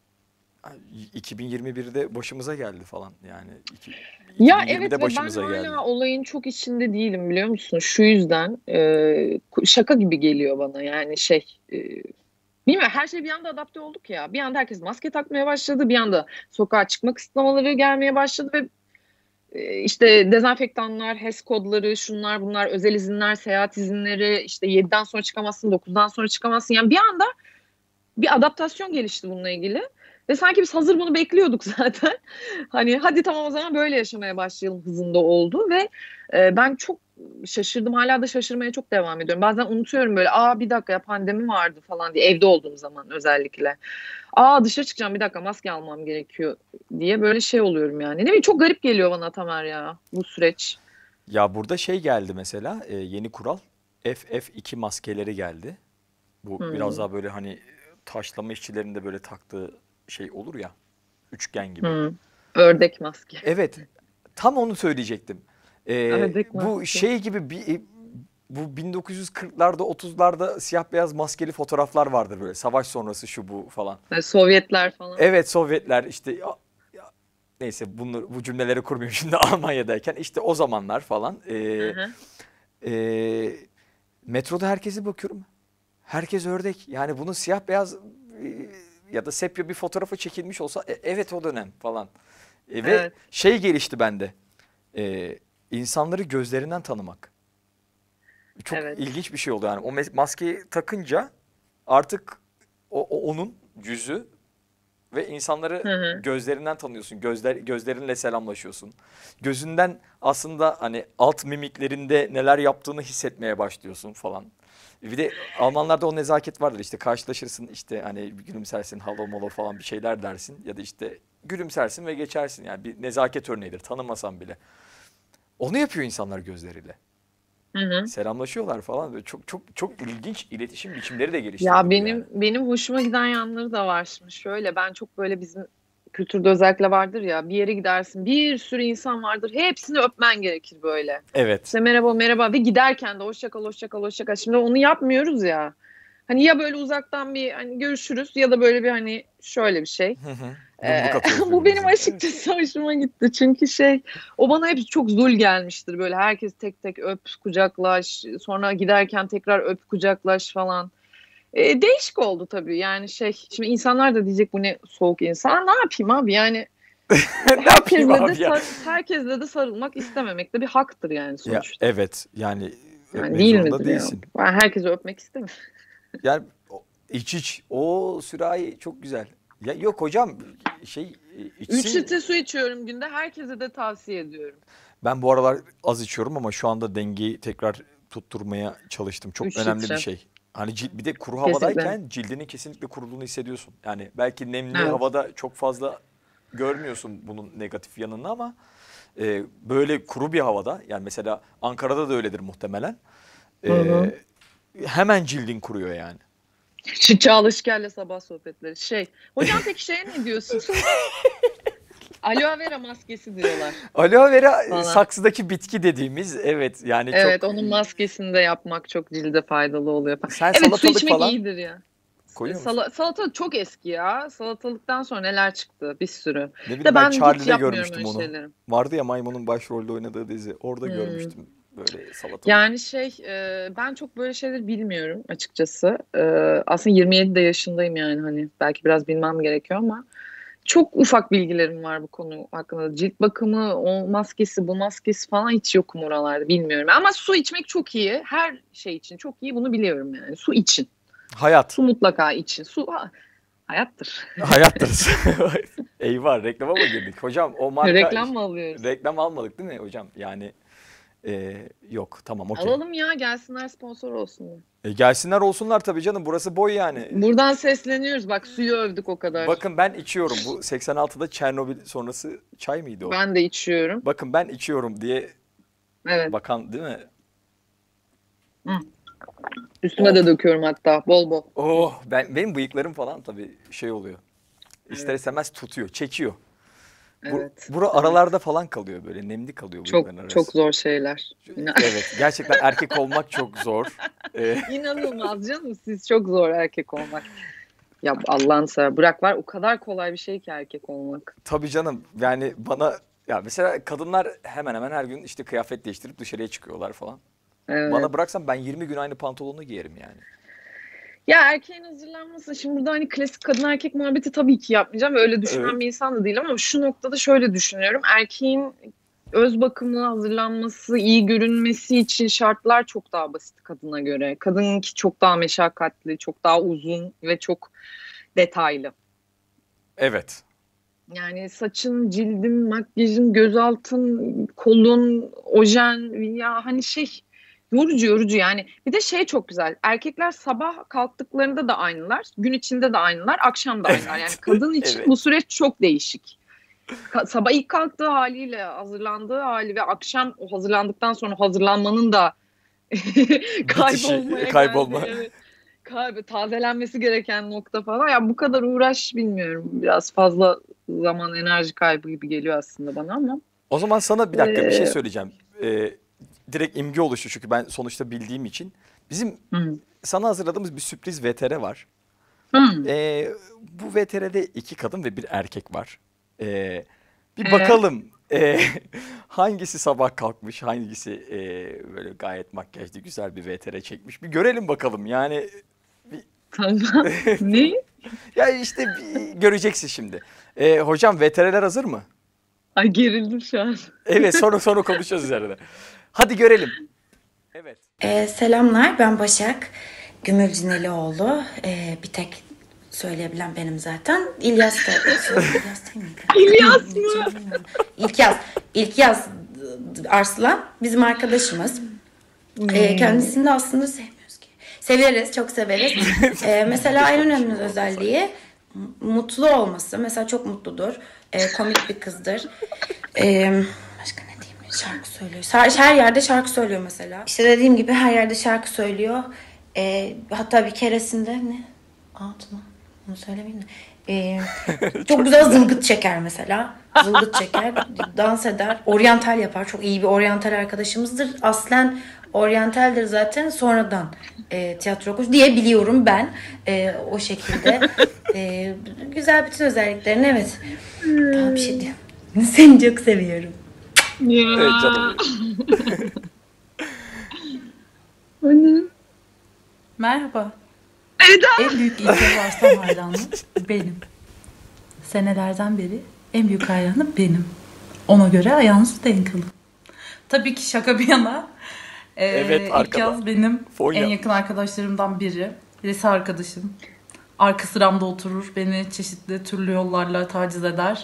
iki bin yirmi birde başımıza geldi falan yani iki- Ya evet iki bin yirmide ve ben başımıza geldi. hala olayın çok içinde değilim biliyor musun? Şu yüzden e, şaka gibi geliyor bana yani şey e, bilmiyorum her şey bir anda adapte olduk ya. Bir anda herkes maske takmaya başladı. Bir anda sokağa çıkma kısıtlamaları gelmeye başladı ve e, işte dezenfektanlar, HES kodları, şunlar bunlar, özel izinler, seyahat izinleri, işte yediden sonra çıkamazsın, dokuzdan sonra çıkamazsın. Yani bir anda bir adaptasyon gelişti bununla ilgili. Ve sanki biz hazır bunu bekliyorduk zaten. Hani hadi tamam o zaman böyle yaşamaya başlayalım hızında oldu ve e, ben çok şaşırdım. Hala da şaşırmaya çok devam ediyorum. Bazen unutuyorum böyle aa bir dakika ya pandemi vardı falan diye evde olduğum zaman özellikle. Aa dışarı çıkacağım bir dakika maske almam gerekiyor diye böyle şey oluyorum yani. Ne bileyim çok garip geliyor bana Tamer ya bu süreç. Ya burada şey geldi mesela e, yeni kural F F iki maskeleri geldi. Bu biraz Hmm, daha böyle hani taşlama işçilerinde böyle taktığı şey olur ya üçgen gibi. hmm. Ördek maske. Evet tam onu söyleyecektim. E, Ördek bu maske. şey gibi bir bu bin dokuz yüz kırklarda otuzlarda siyah beyaz maskeli fotoğraflar vardır böyle savaş sonrası şu bu falan. Yani Sovyetler falan. Evet Sovyetler işte ya- ya neyse bunu, bu cümleleri kurmayayım şimdi Almanya'dayken. İşte o zamanlar falan. E, Hı hı. e, metroda herkese bakıyorum. Herkes ördek. Yani bunun siyah beyaz e, ya da sepya bir fotoğrafı çekilmiş olsa e, evet o dönem falan. E, ve Evet. şey gelişti bende. E, insanları gözlerinden tanımak. Çok Evet. ilginç bir şey oldu yani. O mes- maskeyi takınca artık o, o- onun yüzü ve insanları Hı hı. gözlerinden tanıyorsun. Gözler gözlerinle selamlaşıyorsun. Gözünden aslında hani alt mimiklerinde neler yaptığını hissetmeye başlıyorsun falan. Bir de Almanlarda o nezaket vardır işte karşılaşırsın işte hani bir gülümsersin halo molo falan bir şeyler dersin ya da işte gülümsersin ve geçersin yani bir nezaket örneğidir tanımasan bile. Onu yapıyor insanlar gözleriyle. Hı hı. Selamlaşıyorlar falan böyle çok çok çok ilginç iletişim biçimleri de geliştirdi Ya bu yani. benim benim hoşuma giden yanları da var şimdi. Şöyle ben çok böyle bizim kültürde özellikle vardır ya bir yere gidersin bir sürü insan vardır hepsini öpmen gerekir böyle. Evet. İşte merhaba merhaba ve giderken de hoşça kal hoşça kal hoşça kal. Şimdi onu yapmıyoruz ya. Hani ya böyle uzaktan bir hani görüşürüz ya da böyle bir hani şöyle bir şey. Hı hı. Yumruk Ee, atıyoruz bu benim birbirimize. Evet. açıkçası hoşuma gitti. Çünkü şey o bana hep çok zul gelmiştir. Böyle herkes tek tek öp, kucaklaş, sonra giderken tekrar öp, kucaklaş falan. Ee, değişik oldu tabii. Yani şey şimdi insanlar da diyecek bu ne soğuk insan. Ne yapayım abi yani Ne yapayım herkesle de abi ya? sar, herkesle de sarılmak istememek de bir haktır yani Ya sonuçta. evet yani Yani öpmek değil zorunda midir ya? değilsin. Ben herkese öpmek istemiyorum. Yani o- iç iç o sürahi çok güzel. Ya yok hocam şey Üç içsin. litre su içiyorum günde. Herkese de tavsiye ediyorum. Ben bu aralar az içiyorum ama şu anda dengeyi tekrar tutturmaya çalıştım. Çok Üç önemli bir litre. şey. Hani cil- bir de kuru Kesinlikle. havadayken cildinin kesinlikle kuruduğunu hissediyorsun. Yani belki nemli Evet. havada çok fazla görmüyorsun bunun negatif yanını ama e, böyle kuru bir havada yani mesela Ankara'da da öyledir muhtemelen. Hı hı. E, hemen cildin kuruyor yani. Şu Çağla sabah sohbetleri. Şey, hocam peki şeye ne diyorsunuz? Aloe vera maskesi diyorlar Aloe vera e, falan. saksıdaki bitki dediğimiz evet yani Evet, çok onun maskesini de yapmak çok cilde faydalı oluyor falan. sen Evet, su salatalık içmek falan iyidir ya. koyuyor musun? Sala, salatalık çok eski ya. Salatalıktan sonra neler çıktı? Bir sürü. Ne bileyim De ben ben hiç Charlie'de yapmıyorum görmüştüm öyle onu. şeyleri. Vardı ya maymunun başrolde oynadığı dizi. Orada Hmm. görmüştüm böyle salatalık. Yani şey, e, ben çok böyle şeyler bilmiyorum açıkçası. E, aslında yirmi yedi de yaşındayım yani hani belki biraz bilmem gerekiyor ama çok ufak bilgilerim var bu konu hakkında. Cilt bakımı, o maskesi, bu maskesi falan hiç yokum oralarda bilmiyorum. Ama su içmek çok iyi. Her şey için çok iyi bunu biliyorum yani. Su için. Hayat. Su mutlaka için. Su ha, hayattır. Hayattır. Eyvah reklama mı girdik? Hocam o marka Reklam mı alıyoruz? reklam almadık değil mi hocam? Yani e, yok tamam okey. Alalım ya gelsinler sponsor olsunlar. E, gelsinler olsunlar tabii canım burası boy yani. Buradan sesleniyoruz. Bak suyu övdük o kadar. Bakın ben içiyorum. Bu seksen altıda Çernobil sonrası çay mıydı o? Ben de içiyorum. Bakın ben içiyorum diye Evet. bakan değil mi? Hı. Üstüme Oh. de döküyorum hatta bol bol. Oh ben benim bıyıklarım falan tabii şey oluyor. İster Evet. istemez tutuyor, çekiyor. Bu Evet. bura Evet. aralarda falan kalıyor böyle nemli kalıyor Çok bıyıkların çok arası. zor şeyler. İnan Evet, gerçekten erkek olmak çok zor. Ee, İnanılmaz canım. Siz çok zor erkek olmak. Ya Allah'ını sever. Bırak var o kadar kolay bir şey ki erkek olmak. tabii canım yani bana ya mesela kadınlar hemen hemen her gün işte kıyafet değiştirip dışarıya çıkıyorlar falan. Bana Evet. bıraksan ben yirmi gün aynı pantolonu giyerim yani. Ya erkeğin hazırlanması. Şimdi burada hani klasik kadın erkek muhabbeti tabii ki yapmayacağım. Öyle düşünen Evet. bir insan da değilim ama şu noktada şöyle düşünüyorum. Erkeğin öz bakımı, hazırlanması, iyi görünmesi için şartlar çok daha basit kadına göre. Kadınınki çok daha meşakkatli, çok daha uzun ve çok detaylı. Evet. Yani saçın, cildin, makyajın, gözaltın, kolun, ojen ya hani şey yorucu yorucu yani. Bir de şey çok güzel. Erkekler sabah kalktıklarında da aynılar, gün içinde de aynılar, akşam da aynılar. Yani Evet. kadın için bu Evet. süreç çok değişik. Ka- sabah ilk kalktığı haliyle hazırlandığı hali ve akşam o hazırlandıktan sonra hazırlanmanın da Bitişi, kaybolmaya geldiği kaybolma. evet. Kalbi tazelenmesi gereken nokta falan. Ya bu kadar uğraş bilmiyorum. Biraz fazla zaman enerji kaybı gibi geliyor aslında bana ama. O zaman sana bir dakika bir şey Ee, söyleyeceğim. Ee, direkt imge oluştu çünkü ben sonuçta bildiğim için. Bizim hı, sana hazırladığımız bir sürpriz V T R var. hı, Ee, bu V T R'de iki kadın ve bir erkek var. Ee, Bir Ee, bakalım e, hangisi sabah kalkmış, hangisi e, böyle gayet makyajlı güzel bir V T R çekmiş. Bir görelim bakalım yani. Bir, tamam. Ne? ya işte bir göreceksin şimdi. E, hocam V T R'ler hazır mı? Ay gerildim şu an. Evet, sonra sonra konuşacağız üzerine. Hadi görelim. Evet. Ee, selamlar, ben Başak Gümülcinelioğlu. Ee, bir tek söyleyebilen benim zaten. İlyas da, İlyas değil miydi? İlyas mı? İlkyaz, İlkyaz Arslan bizim arkadaşımız. Ee, kendisini de aslında sevmiyoruz ki. Severiz, çok severiz. Ee, mesela en önemli özelliği mutlu olması. Mesela çok mutludur. Ee, komik bir kızdır. Ee, başka ne diyeyim? Şarkı söylüyor. Her, her yerde şarkı söylüyor mesela. İşte dediğim gibi her yerde şarkı söylüyor. Ee, hatta bir keresinde ne? Aa tamam. Onu söylemeyeyim de. Ee, çok güzel zılgıt çeker mesela. Zılgıt çeker. Dans eder. Oryantal yapar. Çok iyi bir oryantal arkadaşımızdır. Aslen oryantaldir zaten. Sonradan e, tiyatro okumuş diye biliyorum ben. E, o şekilde. E, güzel bütün özelliklerini evet. Daha bir şey diyeyim. Seni çok seviyorum. Evet canım. Anne. Merhaba. Eda. En büyük İlker Arslan hayranı benim. Senelerden beri en büyük hayranı benim. Ona göre ayağınızı denk alın. Tabii ki şaka bir yana. Ee, Evet, arkada. İlkyaz benim Fonya. en yakın arkadaşlarımdan biri. Lise arkadaşım. Arka sıramda oturur. Beni çeşitli türlü yollarla taciz eder.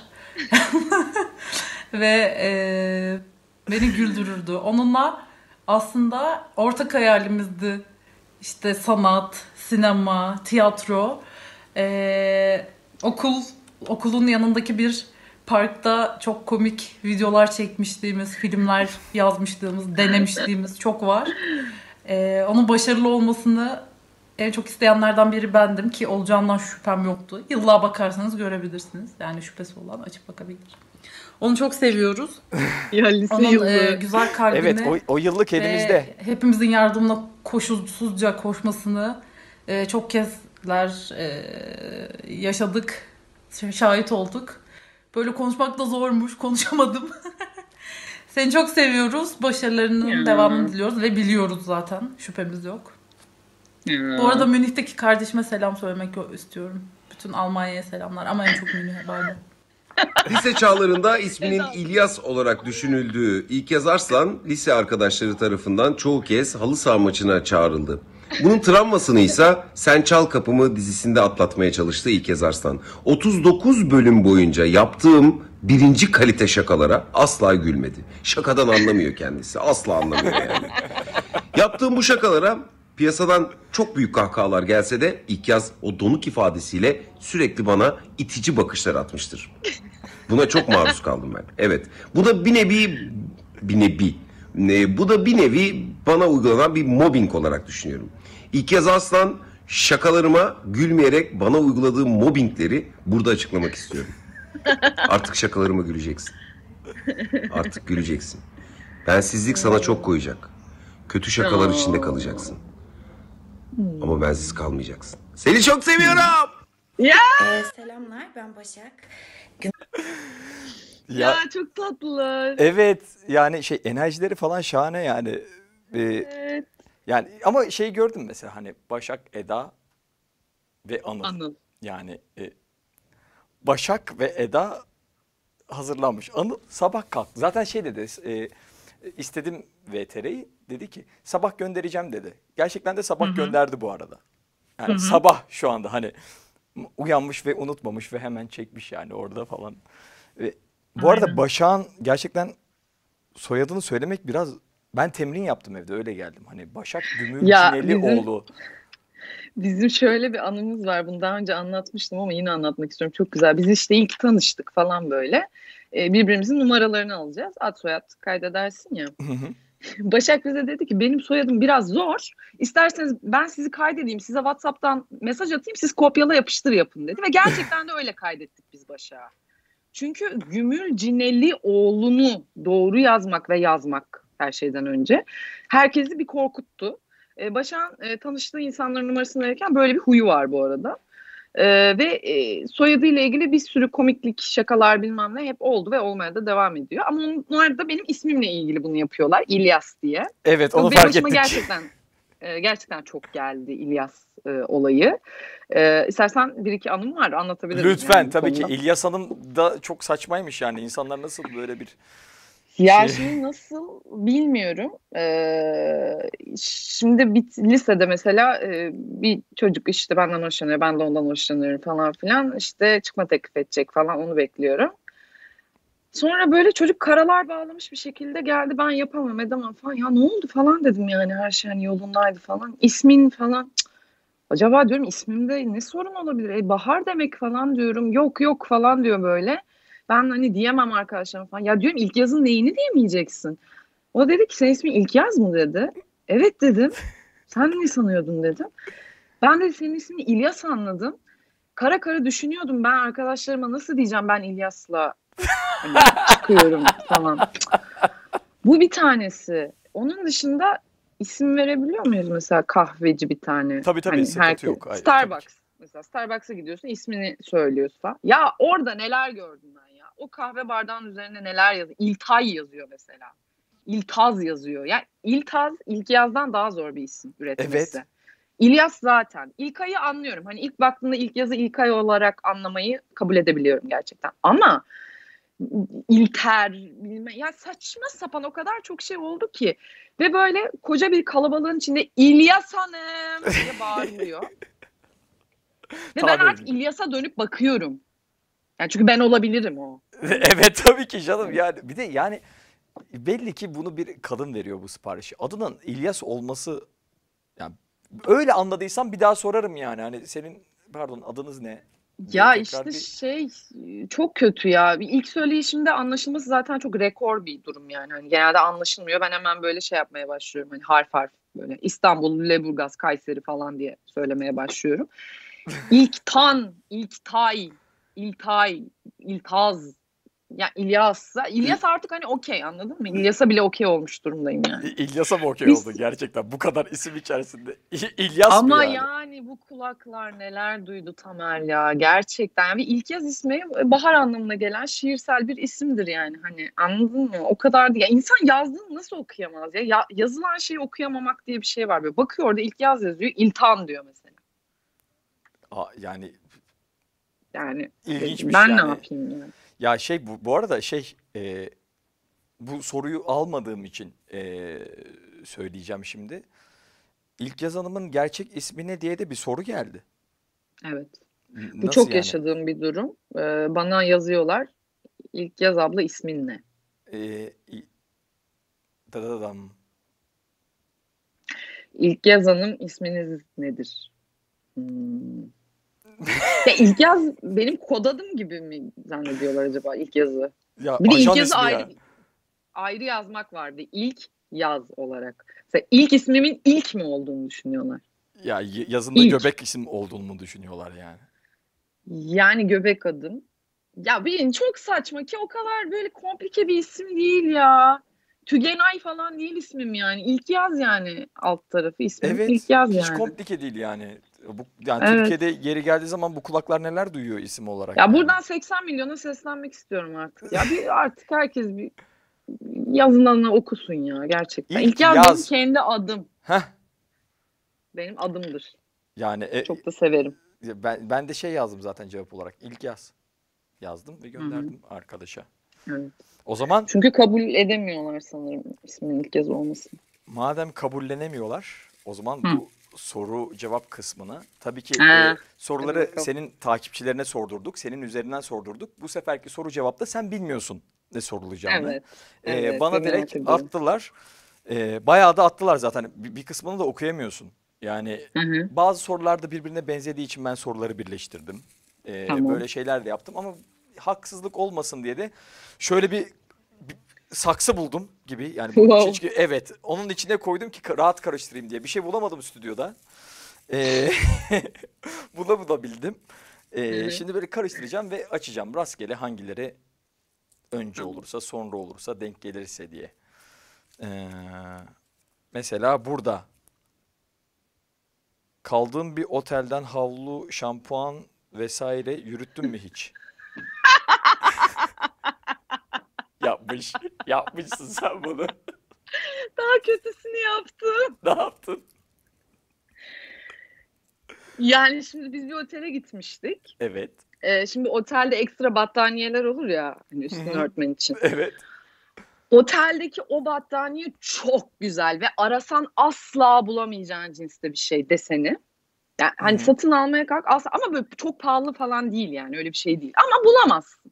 Ve e, beni güldürürdü. Onunla aslında ortak hayalimizdi. İşte sanat, sinema, tiyatro. Ee, okul okulun yanındaki bir parkta çok komik videolar çekmişliğimiz, filmler yazmışlığımız, denemişliğimiz çok var. Ee, onun başarılı olmasını en çok isteyenlerden biri bendim ki olacağından şüphem yoktu. Yıllığa bakarsanız görebilirsiniz. Yani şüphesi olan açıp bakabilir. Onu çok seviyoruz. Ya lise Onun yılı. e, güzel kalbini Evet, o, o yıllık elimizde. ve hepimizin yardımına koşulsuzca koşmasını e, çok kezder e, yaşadık, şahit olduk. Böyle konuşmak da zormuş, konuşamadım. Seni çok seviyoruz, başarılarının Ya. devamını diliyoruz ve biliyoruz zaten, şüphemiz yok. Ya. Bu arada Münih'teki kardeşime selam söylemek istiyorum. Bütün Almanya'ya selamlar ama en çok Münih'e bay bay. Lise çağlarında isminin İlyas olarak düşünüldüğü İlkyaz Arslan, lise arkadaşları tarafından çoğu kez halı saha maçına çağrıldı. Bunun travmasını ise Sen Çal Kapımı dizisinde atlatmaya çalıştı İlkyaz Arslan. otuz dokuz bölüm boyunca yaptığım birinci kalite şakalara asla gülmedi. Şakadan anlamıyor kendisi, asla anlamıyor yani. Yaptığım bu şakalara piyasadan çok büyük kahkahalar gelse de İlkyaz o donuk ifadesiyle sürekli bana itici bakışlar atmıştır. Buna çok maruz kaldım ben. Evet. Bu da bir nevi bir nevi ne, bu da bir nevi bana uygulanan bir mobbing olarak düşünüyorum. İlkyaz Arslan şakalarıma gülmeyerek bana uyguladığı mobbingleri burada açıklamak istiyorum. Artık şakalarıma güleceksin. Artık güleceksin. Bensizlik sana çok koyacak. Kötü şakalar içinde kalacaksın. Ama bensiz kalmayacaksın. Seni çok seviyorum. Ya. Ee, selamlar, ben Başak. Ya, Ya çok tatlılar. evet yani şey enerjileri falan şahane yani. Ee, Evet. yani ama şey gördüm mesela hani Başak, Eda ve Anıl. Anıl. Yani e, Başak ve Eda hazırlanmış. Anıl sabah kalktı. Zaten şey dedi, e, istedim V T R'yi. Dedi ki sabah göndereceğim dedi. Gerçekten de sabah Hı hı. gönderdi bu arada. Yani Hı hı. sabah şu anda hani uyanmış ve unutmamış ve hemen çekmiş yani orada falan. Ve bu arada Aynen. Başak'ın gerçekten soyadını söylemek biraz, ben temrin yaptım evde öyle geldim. Hani Başak Ya Gümülcinelioğlu. bizim şöyle bir anımız var. Bunu daha önce anlatmıştım ama yine anlatmak istiyorum. Çok güzel. Biz işte ilk tanıştık falan böyle. Ee, birbirimizin numaralarını alacağız. Ad soyad kaydedersin ya. Hı hı. Başak bize dedi ki benim soyadım biraz zor. İsterseniz ben sizi kaydedeyim. Size WhatsApp'tan mesaj atayım. Siz kopyala yapıştır yapın dedi. Ve gerçekten de öyle kaydettik biz Başak'a. Çünkü Gümülcinelioğlu'nu doğru yazmak ve yazmak her şeyden önce herkesi bir korkuttu. Ee, Başak'ın e, tanıştığı insanların numarasını verirken böyle bir huyu var bu arada. Ee, ve e, soyadıyla ilgili bir sürü komiklik, şakalar bilmem ne hep oldu ve olmaya da devam ediyor. Ama onlar da benim ismimle ilgili bunu yapıyorlar. İlyas diye. Evet, onu Benim fark başıma ettik. gerçekten e, gerçekten çok geldi İlyas e, olayı. E, istersen bir iki anım var, anlatabilirim. Lütfen, yani bu tabii ki. konuda. İlyas Hanım da çok saçmaymış yani. İnsanlar nasıl böyle bir Ya şey... şimdi nasıl bilmiyorum. Ee, şimdi bir lisede mesela e, bir çocuk işte benden hoşlanıyor, ben de ondan hoşlanıyorum falan filan. İşte çıkma teklif edecek falan, onu bekliyorum. Sonra böyle çocuk karalar bağlamış bir şekilde geldi, ben yapamam edemem falan. Ya ne oldu falan dedim, yani her şey hani yolundaydı falan. İsmin falan. Cık, acaba diyorum ismimde ne sorun olabilir? E, Bahar demek falan diyorum. Yok yok falan diyor böyle. Ben hani diyemem arkadaşlarım falan. Ya diyorum ilk yazın neyini diyemeyeceksin? O dedi ki senin ismin İlkyaz mı dedi. Evet dedim. Sen ne sanıyordun dedim. Ben de senin ismini İlyas anladım. Kara kara düşünüyordum, ben arkadaşlarıma nasıl diyeceğim ben İlyas'la hani çıkıyorum falan. Bu bir tanesi. Onun dışında isim verebiliyor muyuz mesela, kahveci bir tane? Tabii tabii, Hani sıkıntı herkes yok. Ay, tabii ki. Starbucks. Mesela Starbucks'a gidiyorsun, ismini söylüyorsa. Ya orada neler gördüm ben ya. O kahve bardağının üzerine neler yazıyor. İltay yazıyor mesela. İltaz yazıyor. Yani İltaz, İlkyaz'dan daha zor bir isim üretmesi. Evet. İlyas zaten. İlkay'ı anlıyorum. Hani ilk baktığında ilk yazı İlkay olarak anlamayı kabul edebiliyorum gerçekten. Ama İlter, bilmem, ya saçma sapan o kadar çok şey oldu ki. Ve böyle koca bir kalabalığın içinde İlyas Hanım diye bağırılıyor. Ve ben Tahmin artık edildi. İlyas'a dönüp bakıyorum. Yani çünkü ben olabilirim o. Evet, tabii ki canım yani. Bir de yani belli ki bunu bir kadın veriyor bu siparişi. Adının İlyas olması, yani öyle anladıysam bir daha sorarım yani. Hani senin, pardon, adınız ne diye Ya tekrar işte bir... şey çok kötü ya. Bir ilk söyleyişimde anlaşılması zaten çok rekor bir durum yani. Hani genelde anlaşılmıyor. Ben hemen böyle şey yapmaya başlıyorum. Hani harf harf böyle İstanbul, Lüleburgaz, Kayseri falan diye söylemeye başlıyorum. İlk tan, ilk tay, İltay, İltaz, ya İlyas'a. İlyas İ- artık hani okey, anladın mı? İlyas'a bile okey olmuş durumdayım yani. İ- İlyas'a mı okey oldu Biz gerçekten? Bu kadar isim içerisinde. İ- İlyas mı ama yani? yani bu kulaklar neler duydu Tamer ya, gerçekten. Yani bir İlkyaz ismi bahar anlamına gelen şiirsel bir isimdir yani, hani anladın mı? O kadar değil. Ya insan yazdığını nasıl okuyamaz ya? Ya yazılan şeyi okuyamamak diye bir şey var böyle. Bakıyor orada İlkyaz yazıyor, İltan diyor mesela. Aa, yani Yani ilginçmiş ben ne yani. yapayım yani? Ya şey, bu, bu arada şey, e, bu soruyu almadığım için e, söyleyeceğim şimdi. İlkyaz Hanım'ın gerçek ismi ne diye de bir soru geldi. Evet. N- Bu Nasıl çok yani? yaşadığım bir durum. Ee, bana yazıyorlar. İlkyaz abla ismin ne? E, i- dadadam. İlkyaz Hanım isminiz nedir? Hmm. Ya İlkyaz benim kod adım gibi mi zannediyorlar acaba İlkyaz'ı? Ya Bir de ajan İlkyaz'ı ismi ayrı ya. ayrı yazmak vardı. İlk yaz olarak. Mesela ilk ismimin ilk mi olduğunu düşünüyorlar. Ya y- yazında İlk. göbek isim olduğunu düşünüyorlar yani. Yani göbek adım. Ya benim çok saçma ki, o kadar böyle komplike bir isim değil ya. Tügenay falan değil ismim yani. İlk yaz yani, alt tarafı ismim ilk Evet, yaz hiç yani. komplike değil yani. Bu, yani Evet. Türkiye'de yeri geldiği zaman bu kulaklar neler duyuyor isim olarak Ya yani. buradan seksen milyona seslenmek istiyorum artık. Ya bir artık herkes bir yazılanı okusun ya gerçekten. İlk İlk yaz benim yaz. kendi adım. Heh, Benim adımdır. yani e, Çok da severim. ben ben de şey yazdım zaten cevap olarak. İlk yaz yazdım ve Hı hı. gönderdim arkadaşa. Evet. O zaman Çünkü kabul edemiyorlar sanırım ismin ilk yaz olmasını. madem kabullenemiyorlar, o zaman Hı. bu soru cevap kısmını tabii ki e, Ha, hadi soruları bakalım. senin takipçilerine sordurduk, senin üzerinden sordurduk. Bu seferki soru cevapta sen bilmiyorsun ne sorulacağını. Evet. E, Evet. Ve bana direkt merak ediyorum. attılar. E, bayağı da attılar zaten. Bir, bir kısmını da okuyamıyorsun. Yani Hı hı. bazı sorular da birbirine benzediği için ben soruları birleştirdim. E, Tamam. böyle şeyler de yaptım ama haksızlık olmasın diye de şöyle bir, bir saksı buldum gibi. Yani bu Wow. çeşitli, evet, onun içine koydum ki ka- rahat karıştırayım diye. Bir şey bulamadım stüdyoda. E, Bunu bulabildim. Hı E, hı. şimdi böyle karıştıracağım ve açacağım. Rastgele hangileri önce Tamam. olursa, sonra olursa, denk gelirse diye. Ee, Mesela burada kaldığım bir otelden havlu, şampuan vesaire yürüttün mü hiç? Yapmış. Yapmışsın sen bunu. Daha kötüsünü yaptım. Ne yaptın? Yani şimdi biz bir otele gitmiştik. Evet. Ee, şimdi otelde ekstra battaniyeler olur ya hani üstünü Hı hı. örtmen için. Evet. Oteldeki o battaniye çok güzel ve arasan asla bulamayacağın cinste bir şey, deseni. Yani Hı hani hı. satın almaya kalk asla, ama böyle çok pahalı falan değil, yani öyle bir şey değil. Ama bulamazsın.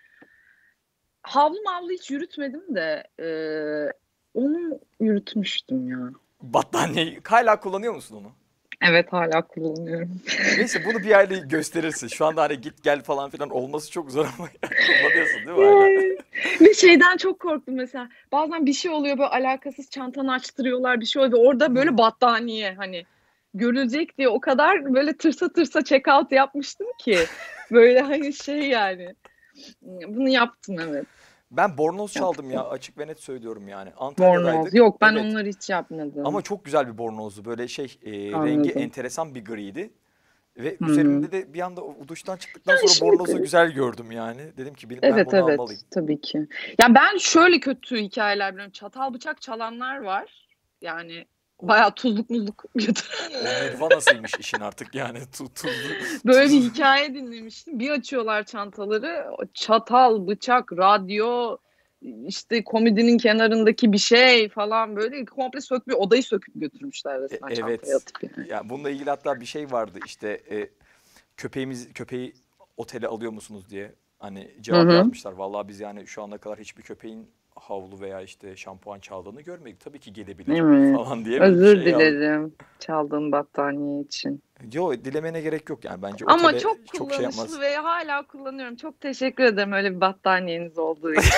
Havlu mavlu hiç yürütmedim de e, onu yürütmüştüm ya. Battaniyeyi hala kullanıyor musun onu? Evet, hala kullanıyorum. Neyse bunu bir aile gösterirsin. Şu anda hani git gel falan filan olması çok zor ama kullanıyorsun değil mi hala? Bir şeyden çok korktum mesela. Bazen bir şey oluyor, böyle alakasız çantanı açtırıyorlar, bir şey oluyor. Orada böyle battaniye hani görülecek diye o kadar böyle tırsa tırsa check out yapmıştım ki. Böyle hani şey yani. Bunu yaptım, evet. Ben bornoz çaldım Yaptım. ya, açık ve net söylüyorum yani. Bornoz. Antalya'daydık. Yok, ben Evet. onları hiç yapmadım. Ama çok güzel bir bornozdu. Böyle şey e, rengi Anladım. enteresan bir griydi. Ve Hı. üzerimde de bir anda o duştan çıktıktan Yani sonra şimdi- bornozu güzel gördüm yani. Dedim ki ben Evet bunu evet, almalıyım. tabii ki. Ya ben şöyle kötü hikayeler biliyorum. Çatal bıçak çalanlar var. Yani bayağı tuzluk muzluk götüren. O Nirvana'sıymış işin artık yani. Tu, tuzlu, Böyle bir tuzlu. hikaye dinlemiştim. Bir açıyorlar çantaları. o Çatal, bıçak, radyo, işte komodinin kenarındaki bir şey falan, böyle komple sökmüyor. Odayı söküp götürmüşler E, resmen evet. çantaya atıp yani. Ya bununla ilgili hatta bir şey vardı işte e, köpeğimiz köpeği otele alıyor musunuz diye hani cevap Hı hı. yazmışlar. Vallahi biz yani şu ana kadar hiçbir köpeğin havlu veya işte şampuan çaldığını görmedik. Tabii ki gelebilir Evet. falan diye böyle bir Özür şey yazdı. dilerim çaldığım battaniye için. Yo, dilemene gerek yok yani bence Ama otele çok çok şey yapmaz. kullanışlı ve hala kullanıyorum. Çok teşekkür ederim öyle bir battaniyeniz olduğu için.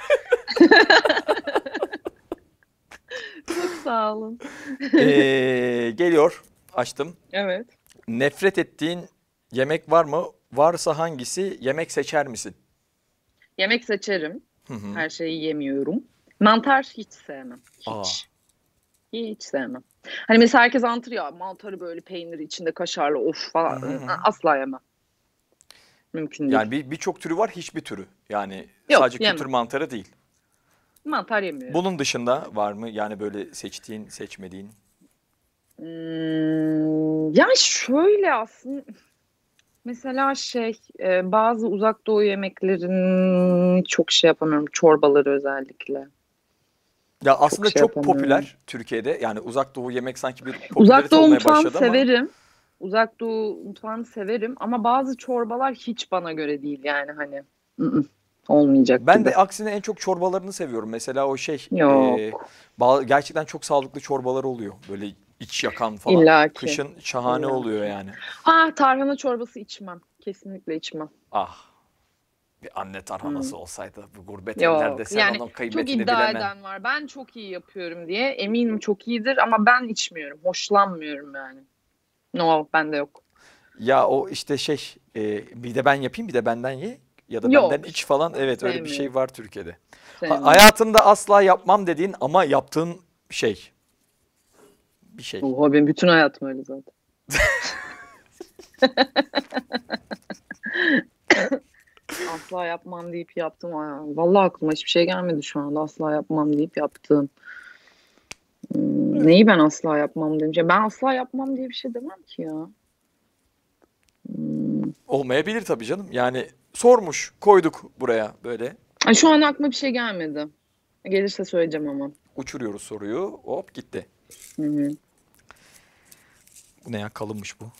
Çok sağ olun. Ee, geliyor, açtım. Evet. Nefret ettiğin yemek var mı? Varsa hangisi? Yemek seçer misin? Yemek seçerim. Hı hı. Her şeyi yemiyorum. Mantar hiç sevmem. Hiç. Aa. Hiç sevmem. Hani mesela herkes antır ya, mantarı böyle peyniri içinde kaşarlı of falan. Hı hı hı. Asla yemem. Mümkün değil. Yani bir birçok türü var, hiçbir türü. Yani Yok, sadece yemem. kültür mantarı değil. Mantar yemiyorum. Bunun dışında var mı? Yani böyle seçtiğin, seçmediğin. Hmm, yani şöyle aslında mesela şey e, bazı uzak doğu yemeklerini çok şey yapamıyorum. Çorbaları özellikle. Ya aslında şey çok yapamıyorum. popüler Türkiye'de. Yani uzak doğu yemek sanki bir Uzak popülarite doğu olmaya mutfağını başladı ama. severim. Uzak doğu mutfağını severim ama bazı çorbalar hiç bana göre değil yani hani. ı-ı, olmayacak Ben gibi. de aksine en çok çorbalarını seviyorum. Mesela o şey Yok. e, ba- gerçekten çok sağlıklı çorbalar oluyor. Böyle iç yakan falan. İlla ki. Kışın şahane İlla oluyor ki. yani. Ha, tarhana çorbası içmem. Kesinlikle içmem. Ah, bir anne tarhanası Hmm. olsaydı bu gurbet Yok, ellerde sen yani onun çok kıymetini iddia bilemem. eden var. Ben çok iyi yapıyorum diye. Eminim çok iyidir ama ben içmiyorum. Hoşlanmıyorum yani. No, bende yok. Ya o işte şey e, bir de ben yapayım bir de benden ye ya da Yok. benden iç falan. Evet, öyle bir şey Sevmiyorum. var Türkiye'de. Ha, Sevmiyorum. hayatında asla yapmam dediğin ama yaptığın şey. Bir şey. Oha, benim bütün hayatım öyle zaten. Asla yapmam deyip yaptım. Aa, vallahi aklıma hiçbir şey gelmedi şu anda. Asla yapmam deyip yaptığım. Hmm, neyi ben asla yapmam demişim. Ben asla yapmam diye bir şey demem ki ya. Hmm. Olmayabilir tabii canım. Yani sormuş, koyduk buraya böyle. Ay, şu an aklıma bir şey gelmedi. Gelirse söyleyeceğim ama. Uçuruyoruz soruyu. Hop gitti. Hı hı. Bu ne ya, kalınmış bu.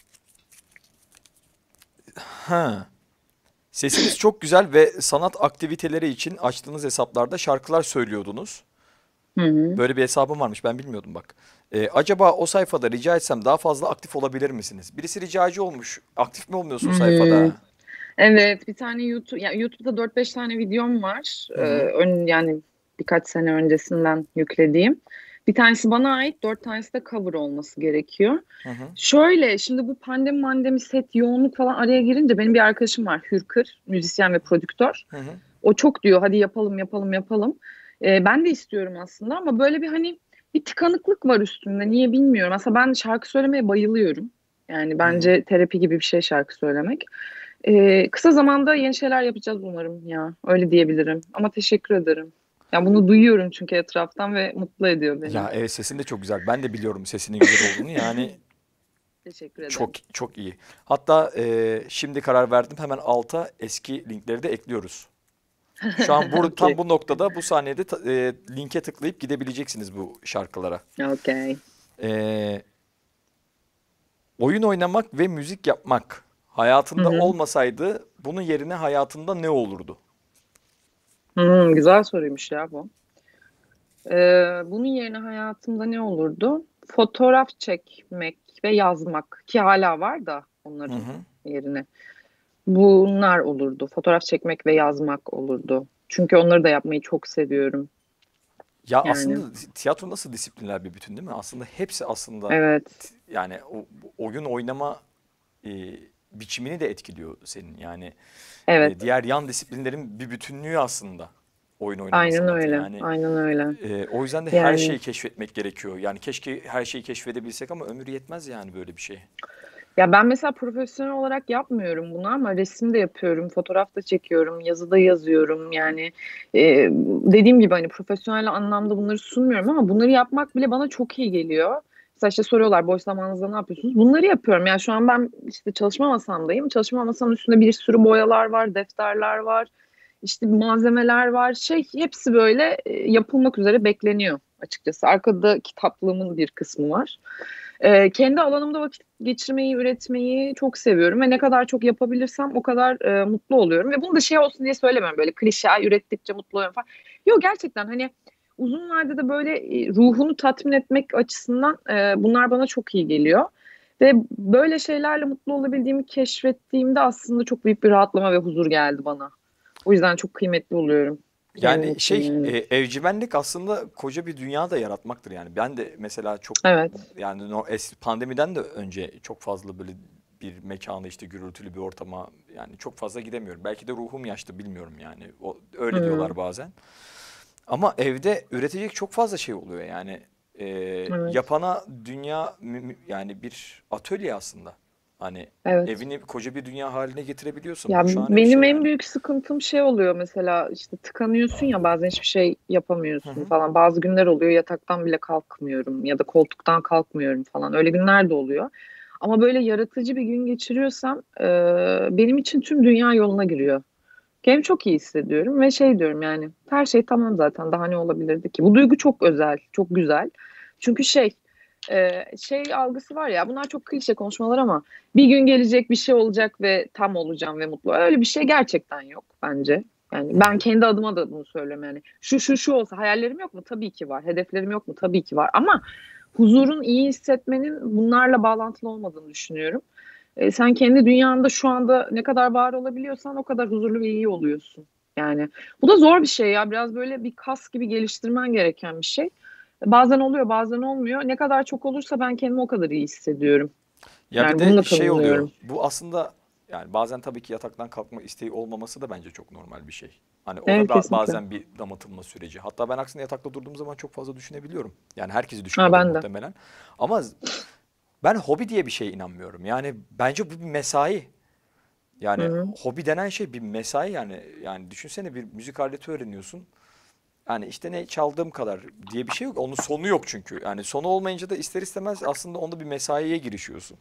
Ha. Sesiniz çok güzel ve sanat aktiviteleri için açtığınız hesaplarda şarkılar söylüyordunuz. Hı hı. Böyle bir hesabım varmış, ben bilmiyordum bak. Ee, acaba o sayfada rica etsem daha fazla aktif olabilir misiniz? Birisi ricacı olmuş. Aktif mi olmuyorsun Hmm. sayfada? Evet, bir tane YouTube, yani YouTube'da dört beş tane videom var. Hı hı. Ee, ön, yani birkaç sene öncesinden yüklediğim. Bir tanesi bana ait, dört tanesi de cover olması gerekiyor. Hı hı. Şöyle, şimdi bu pandemi mandemi set yoğunluk falan araya girince benim bir arkadaşım var, Hürkır, müzisyen ve prodüktör. Hı hı. O çok diyor hadi yapalım yapalım yapalım. Ee, ben de istiyorum aslında ama böyle bir hani bir tıkanıklık var üstümde. Niye bilmiyorum. Aslında ben şarkı söylemeye bayılıyorum. Yani bence terapi gibi bir şey şarkı söylemek. Ee, kısa zamanda yeni şeyler yapacağız umarım ya. Öyle diyebilirim. Ama teşekkür ederim. Ya bunu duyuyorum çünkü etraftan ve mutlu ediyor beni. Ya evet, sesin de çok güzel. Ben de biliyorum sesinin güzel olduğunu. Yani Teşekkür ederim. çok çok iyi. Hatta e, şimdi karar verdim. Hemen alta eski linkleri de ekliyoruz. Şu an burada tam Okey. bu noktada, bu saniyede ta- e, linke tıklayıp gidebileceksiniz bu şarkılara. Okey. E, oyun oynamak ve müzik yapmak Hı hayatında hı. olmasaydı bunun yerine hayatında ne olurdu? Hmm, güzel soruymuş ya bu. Ee, bunun yerine hayatımda ne olurdu? Fotoğraf çekmek ve yazmak ki hala var da Hı onların hı. yerine. Bunlar olurdu. Fotoğraf çekmek ve yazmak olurdu. Çünkü onları da yapmayı çok seviyorum. Ya Yani aslında tiyatro nasıl disiplinler bir bütün, değil mi? Aslında hepsi aslında evet, yani o, oyun oynama e, biçimini de etkiliyor senin. Yani evet. e, diğer yan disiplinlerin bir bütünlüğü aslında oyun oynama Aynen sanatı. öyle. Yani Aynen öyle. e, o yüzden de her Yani şeyi keşfetmek gerekiyor. Yani keşke her şeyi keşfedebilsek ama ömür yetmez yani böyle bir şey. ya ben mesela profesyonel olarak yapmıyorum bunu ama resim de yapıyorum, fotoğraf da çekiyorum, yazı da yazıyorum. Yani e, dediğim gibi hani profesyonel anlamda bunları sunmuyorum ama bunları yapmak bile bana çok iyi geliyor. Mesela işte soruyorlar boş zamanınızda ne yapıyorsunuz? Bunları yapıyorum. Yani şu an ben işte çalışma masamdayım. Çalışma masamın üstünde bir sürü boyalar var, defterler var, işte malzemeler var. Şey hepsi böyle e, yapılmak üzere bekleniyor açıkçası. Arkada kitaplığımın bir kısmı var. Ee, kendi alanımda vakit geçirmeyi, üretmeyi çok seviyorum ve ne kadar çok yapabilirsem o kadar e, mutlu oluyorum. Ve bunu da şey olsun diye söylemiyorum, böyle klişe "Ay, ürettikçe mutlu oluyorum" falan. Yok, gerçekten hani uzun vadede böyle e, ruhunu tatmin etmek açısından e, bunlar bana çok iyi geliyor. Ve böyle şeylerle mutlu olabildiğimi keşfettiğimde aslında çok büyük bir rahatlama ve huzur geldi bana. O yüzden çok kıymetli buluyorum kendim Yani için şey yani. e, evcimenlik aslında koca bir dünya da yaratmaktır yani. Ben de mesela çok, Evet. yani no, es- pandemiden de önce çok fazla böyle bir mekana, işte gürültülü bir ortama yani çok fazla gidemiyorum. Belki de ruhum yaşlı, bilmiyorum yani. O, öyle Hmm, diyorlar bazen. Ama evde üretecek çok fazla şey oluyor yani. E, evet. yapana dünya mü- mü- yani bir atölye aslında. Hani Evet. evini koca bir dünya haline getirebiliyorsun. Ya Bu şahane bir şey benim en yani. büyük sıkıntım şey oluyor, mesela işte tıkanıyorsun ya, bazen hiçbir şey Hı yapamıyorsun hı. falan. Bazı günler oluyor yataktan bile kalkmıyorum ya da koltuktan kalkmıyorum falan. Öyle günler de oluyor. Ama böyle yaratıcı bir gün geçiriyorsam e, benim için tüm dünya yoluna giriyor. Kendimi çok iyi hissediyorum ve şey diyorum, yani her şey tamam zaten, daha ne olabilirdi ki? Bu duygu çok özel, çok güzel. Çünkü şey e, şey algısı var ya, bunlar çok klişe konuşmalar ama bir gün gelecek, bir şey olacak ve tam olacağım ve mutlu. Öyle bir şey gerçekten yok bence. Hı Yani ben hı. kendi adıma da bunu söylüyorum yani. Şu şu şu olsa, hayallerim yok mu? Tabii ki var. Hedeflerim yok mu? Tabii ki var. Ama huzurun, iyi hissetmenin bunlarla bağlantılı olmadığını düşünüyorum. E, sen kendi dünyanda şu anda ne kadar var olabiliyorsan o kadar huzurlu ve iyi oluyorsun. Yani bu da zor bir şey ya. Biraz böyle bir kas gibi geliştirmen gereken bir şey. Bazen oluyor, bazen olmuyor. Ne kadar çok olursa ben kendimi o kadar iyi hissediyorum. Ya bir Yani bunu de da şey oluyor. tanımlıyorum. Bu aslında yani bazen tabii ki yataktan kalkma isteği olmaması da bence çok normal bir şey. Hani o da Evet, ba- kesinlikle. bazen bir damatılma süreci. Hatta ben aksine yatakta durduğum zaman çok fazla düşünebiliyorum. Yani herkesi Ha, düşünüyordur ben de. muhtemelen. Ama z- ben hobi diye bir şeye inanmıyorum. Yani bence bu bir mesai. Hı Yani hı. hobi denen şey bir mesai yani. Yani düşünsene, bir müzik aleti öğreniyorsun. Yani işte ne çaldığım kadar diye bir şey yok. Onun sonu yok çünkü. Yani sonu olmayınca da ister istemez aslında onda bir mesaiye girişiyorsun.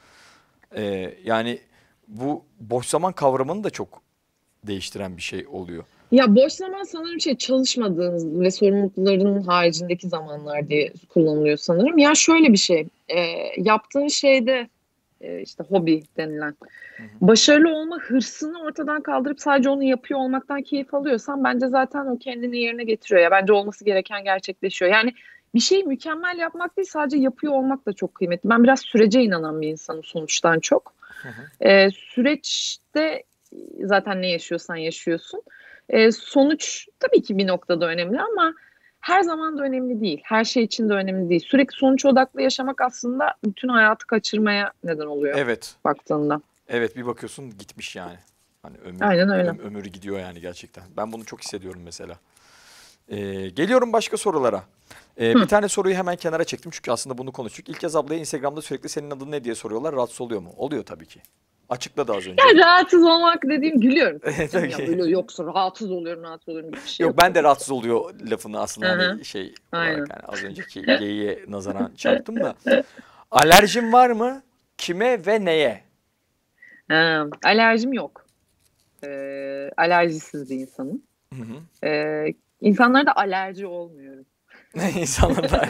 Ee, yani bu boş zaman kavramını da çok değiştiren bir şey oluyor. Ya boş zaman sanırım şey, çalışmadığınız ve sorumlulukların haricindeki zamanlar diye kullanılıyor sanırım. Ya şöyle bir şey, e, yaptığın şeyde e, işte hobi denilen Hı hı. başarılı olma hırsını ortadan kaldırıp sadece onu yapıyor olmaktan keyif alıyorsan bence zaten o kendini yerine getiriyor. Ya bence olması gereken gerçekleşiyor. Yani bir şeyi mükemmel yapmak değil, sadece yapıyor olmak da çok kıymetli. Ben biraz sürece inanan bir insanım sonuçtan çok. Hı hı. Ee, süreçte zaten ne yaşıyorsan yaşıyorsun. Ee, sonuç tabii ki bir noktada önemli ama her zaman da önemli değil. Her şey için de önemli değil. Sürekli sonuç odaklı yaşamak aslında bütün hayatı kaçırmaya neden oluyor Evet. baktığında. Evet, bir bakıyorsun gitmiş yani. Hani ömür Aynen öyle. öm- ömür gidiyor yani gerçekten. Ben bunu çok hissediyorum mesela. Ee, geliyorum başka sorulara. Ee, bir tane soruyu hemen kenara çektim çünkü aslında bunu konuştuk. İlkyaz ablaya Instagram'da sürekli senin adın ne diye soruyorlar. Rahatsız oluyor mu? Oluyor tabii ki. Açıkladı az önce. Ya rahatsız olmak dediğim gülüyorum. Tabii. Ya böyle yoksa rahatsız oluyorum, rahatsız oluyorum gibi bir şey Yok yok. ben de rahatsız oluyor lafını aslında Hı hı. hani şey Aynen. olarak yani az önceki geyiğe nazaran çarptım da. Alerjin var mı? Kime ve neye? Ha, alerjim yok. Ee, alerjisiz bir insanım. Hı hı. Ee, insanlara da alerji olmuyorum. İnsanlar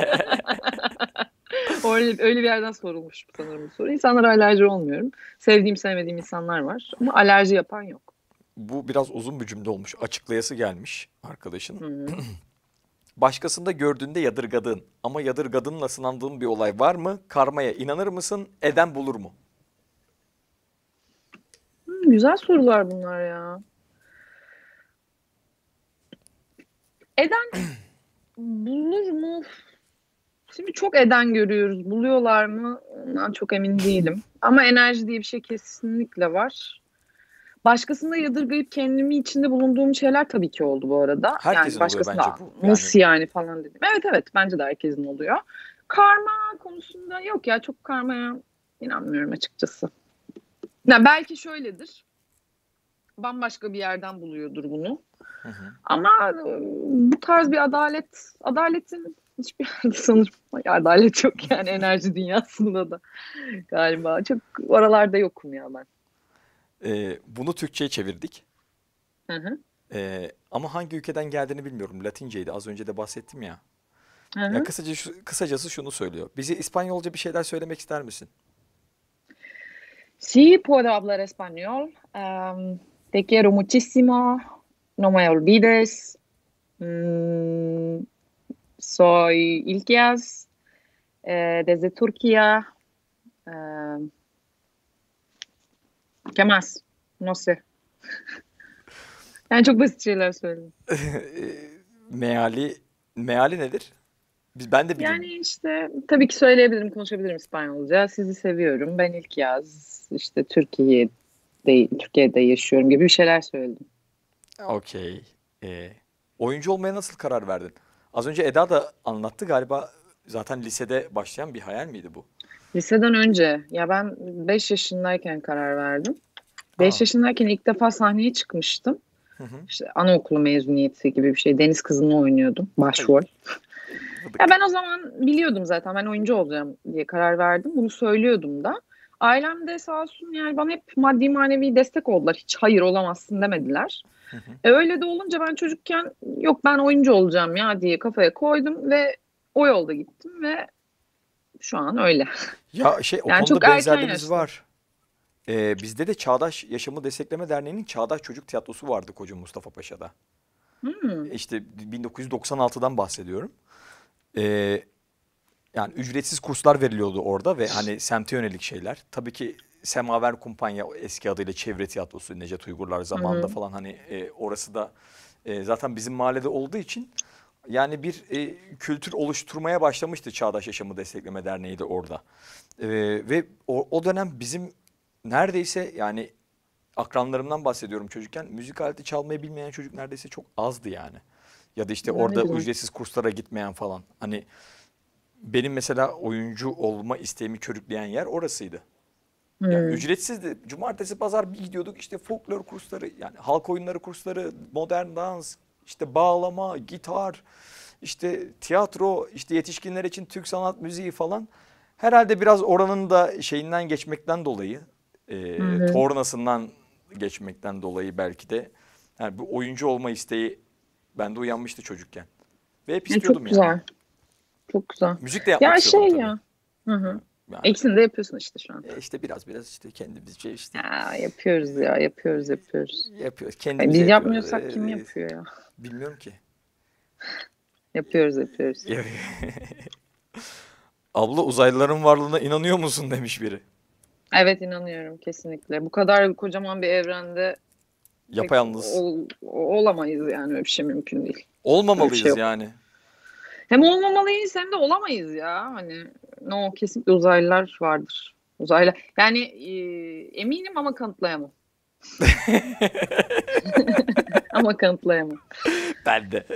Öyle, öyle bir yerden sorulmuş sanırım bu soru. İnsanlara alerji olmuyorum. Sevdiğim sevmediğim insanlar var ama alerji yapan yok. Bu biraz uzun bir cümle olmuş. Açıklayası gelmiş arkadaşın. Hı. Başkasında gördüğünde yadırgadığın ama yadırgadığınla sınandığın bir olay var mı? Karmaya inanır mısın? Eden bulur mu? Hı, güzel sorular bunlar ya. Eden bulur mu? Şimdi çok eden görüyoruz. Buluyorlar mı? Ondan çok emin değilim. Ama enerji diye bir şey kesinlikle var. Başkasında yadırgayıp kendimi içinde bulunduğum şeyler tabii ki oldu bu arada. Herkesin yani oluyor başkasında bence bu. Yani- nasıl yani falan dedim. Evet evet bence de herkesin oluyor. Karma konusunda yok ya çok karmaya inanmıyorum açıkçası. Ya belki şöyledir. Bambaşka bir yerden buluyordur bunu. Hı hı. Ama e, bu tarz bir adalet, adaletin hiçbir yerde sanırım adalet yok yani enerji dünyasında da galiba. Çok oralarda yokum ya ben. Ee, bunu Türkçe'ye çevirdik. Hı hı. Ee, ama hangi ülkeden geldiğini bilmiyorum. Latinceydi. Az önce de bahsettim ya. Hı Ya hı. kısaca şu- kısacası şunu söylüyor. Bize İspanyolca bir şeyler söylemek ister misin? Sí, puedo hablar español. Em, te quiero muchísimo. No me olvides. Mm, soy İlkyaz. eh, desde Turquía. Em, ¿Qué más? No sé. Yani çok basit şeyler söyledim. Ee, meali meali nedir? Biz ben de biliyorum. Yani işte tabii ki söyleyebilirim, konuşabilirim İspanyolca. Sizi seviyorum. Ben İlkyaz. İşte Türkiye'de Türkiye'de yaşıyorum gibi bir şeyler söyledim. Okey. Ee, oyuncu olmaya nasıl karar verdin? Az önce Eda da anlattı galiba. Zaten lisede başlayan bir hayal miydi bu? Liseden önce ya ben beş yaşındayken karar verdim. Aa. beş yaşındayken ilk defa sahneye çıkmıştım. Hı hı. İşte anaokulu mezuniyeti gibi bir şey. Deniz Kızı'nı oynuyordum. Başrol. Ya ben o zaman biliyordum zaten ben oyuncu olacağım diye karar verdim. Bunu söylüyordum da. Ailem de sağ olsun yani bana hep maddi manevi destek oldular. Hiç hayır olamazsın demediler. Hı hı. E öyle de olunca ben çocukken yok ben oyuncu olacağım ya diye kafaya koydum ve o yolda gittim ve şu an öyle. Ya şey o Yani konuda çok erken benzerliğimiz yaşta. var. Ee, bizde de Çağdaş Yaşamı Destekleme Derneği'nin Çağdaş Çocuk Tiyatrosu vardı Koca Mustafa Paşa'da. Hmm. İşte bin dokuz yüz doksan altıdan bahsediyorum. Ee, yani ücretsiz kurslar veriliyordu orada ve hani semte yönelik şeyler. Tabii ki Semaver Kumpanya eski adıyla Çevre Tiyatrosu Necdet Uygurlar zamanında Hı hı. falan hani e, orası da e, zaten bizim mahallede olduğu için yani bir e, kültür oluşturmaya başlamıştı Çağdaş Yaşamı Destekleme Derneği de orada. E, ve o, o dönem bizim neredeyse yani akranlarımdan bahsediyorum çocukken müzik aleti çalmayı bilmeyen çocuk neredeyse çok azdı yani. Ya da işte Ya ne orada güzel. ücretsiz kurslara gitmeyen falan. Hani benim mesela oyuncu olma isteğimi körükleyen yer orasıydı. Yani Hmm. ücretsizdi. Cumartesi pazar bir gidiyorduk işte folklor kursları yani halk oyunları kursları, modern dans, işte bağlama, gitar, işte tiyatro, işte yetişkinler için Türk sanat müziği falan. Herhalde biraz oranın da şeyinden geçmekten dolayı, e, Hı hı. tornasından geçmekten dolayı belki de yani bu oyuncu olma isteği bende uyanmıştı çocukken. Ve hep Ya istiyordum çok yani. güzel. Çok güzel. Müzik de yapmak Ya istiyordum şey tabii. ya. Hı hı. Yani, İkisini de yapıyorsun işte şu an. e, işte biraz biraz işte kendimizce işte Ya yapıyoruz ya yapıyoruz yapıyoruz. yapıyoruz. Ay, Kendimize biz yapıyoruz. yapmıyorsak kim Ee, yapıyor ya? Bilmiyorum ki. Yapıyoruz yapıyoruz. Abla uzaylıların varlığına inanıyor musun demiş biri. Evet inanıyorum kesinlikle. Bu kadar kocaman bir evrende pek Yapayalnız. ol- olamayız yani öyle bir şey mümkün değil. Öyle bir Olmamalıyız şey yok. yani. Hem olmamalıyız hem de olamayız ya. Hani no kesinlikle uzaylılar vardır. Uzaylı yani e, eminim ama kanıtlayamam. Ama kanıtlayamam. Ben de.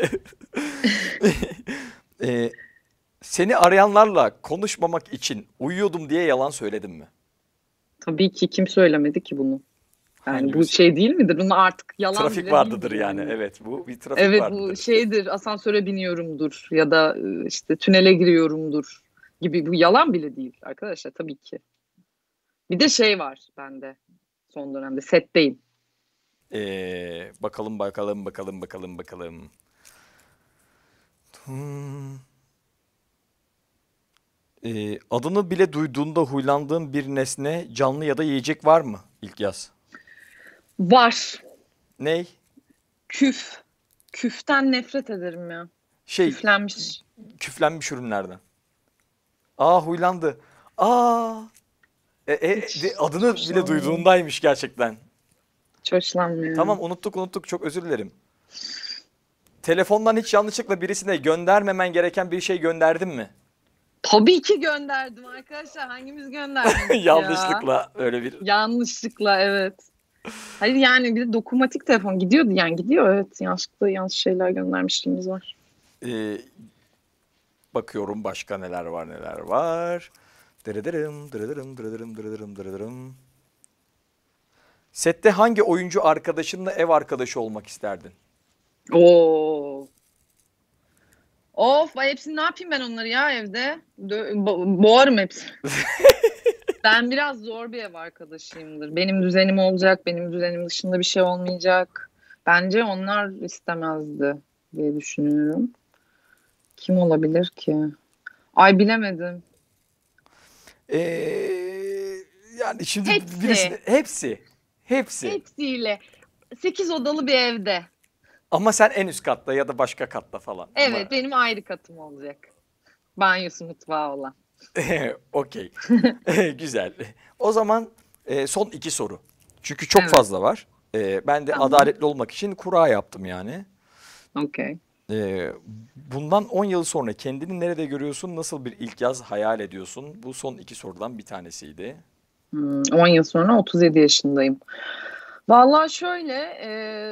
Ee, seni arayanlarla konuşmamak için uyuyordum diye yalan söyledin mi? Tabii ki kim söylemedi ki bunu? Yani bu Hangimiz? şey değil midir? Bunun artık yalan Trafik bile vardır değildir yani. Evet, bu bir trafik Evet vardır. bu şeydir, asansöre biniyorumdur ya da e, işte tünele giriyorumdur gibi, bu yalan bile değil arkadaşlar tabii ki. Bir de şey var bende son dönemde, setteyim. Ee, bakalım bakalım bakalım bakalım bakalım. Hmm. Ee, adını bile duyduğunda huylandığın bir nesne, canlı ya da yiyecek var mı? İlk yaz. Var. Ney? Küf. Küften nefret ederim ya. Şey, Küflenmiş. küflenmiş ürünlerden. Aa, huylandı. Aa. E, e, Hiç de- adını bile hoşlanmıyorum. duyduğundaymış gerçekten. Hiç hoşlanmıyorum. Tamam, unuttuk unuttuk, çok özür dilerim. Telefondan hiç yanlışlıkla birisine göndermemen gereken bir şey gönderdin mi? Tabii ki gönderdim arkadaşlar. Hangimiz göndermedik ya? Yanlışlıkla öyle bir... Yanlışlıkla, evet. Hayır yani bir de dokunmatik telefon gidiyordu, yani gidiyor, evet. Yanlışlıkla yanlış şeyler göndermişliğimiz var. Ee, bakıyorum başka neler var neler var. Dırıdırım, dırıdırım, dırıdırım, dırıdırım, dırıdırım. Sette hangi oyuncu arkadaşınla ev arkadaşı olmak isterdin? Oo. Of, ay hepsini ne yapayım ben onları ya evde? Dö- bo- boğarım hepsini. Ben biraz zor bir ev arkadaşıyımdır. Benim düzenim olacak, benim düzenim dışında bir şey olmayacak. Bence onlar istemezdi diye düşünüyorum. Kim olabilir ki? Ay bilemedim. Ee, yani şimdi Hepsi. birisine... Hepsi. Hepsi. Hepsiyle sekiz odalı bir evde. Ama sen en üst katta ya da başka katta falan. Evet, Ama... benim ayrı katım olacak. Banyosu, mutfağı olan. Okey. Güzel. O zaman e, son iki soru. Çünkü çok Evet. fazla var. E, ben de Tamam. adaletli olmak için kura yaptım yani. Okey. E, bundan on yıl sonra kendini nerede görüyorsun? Nasıl bir ilk yaz hayal ediyorsun? Bu son iki sorudan bir tanesiydi. Hmm, on yıl sonra otuz yedi yaşındayım. Vallahi şöyle, e,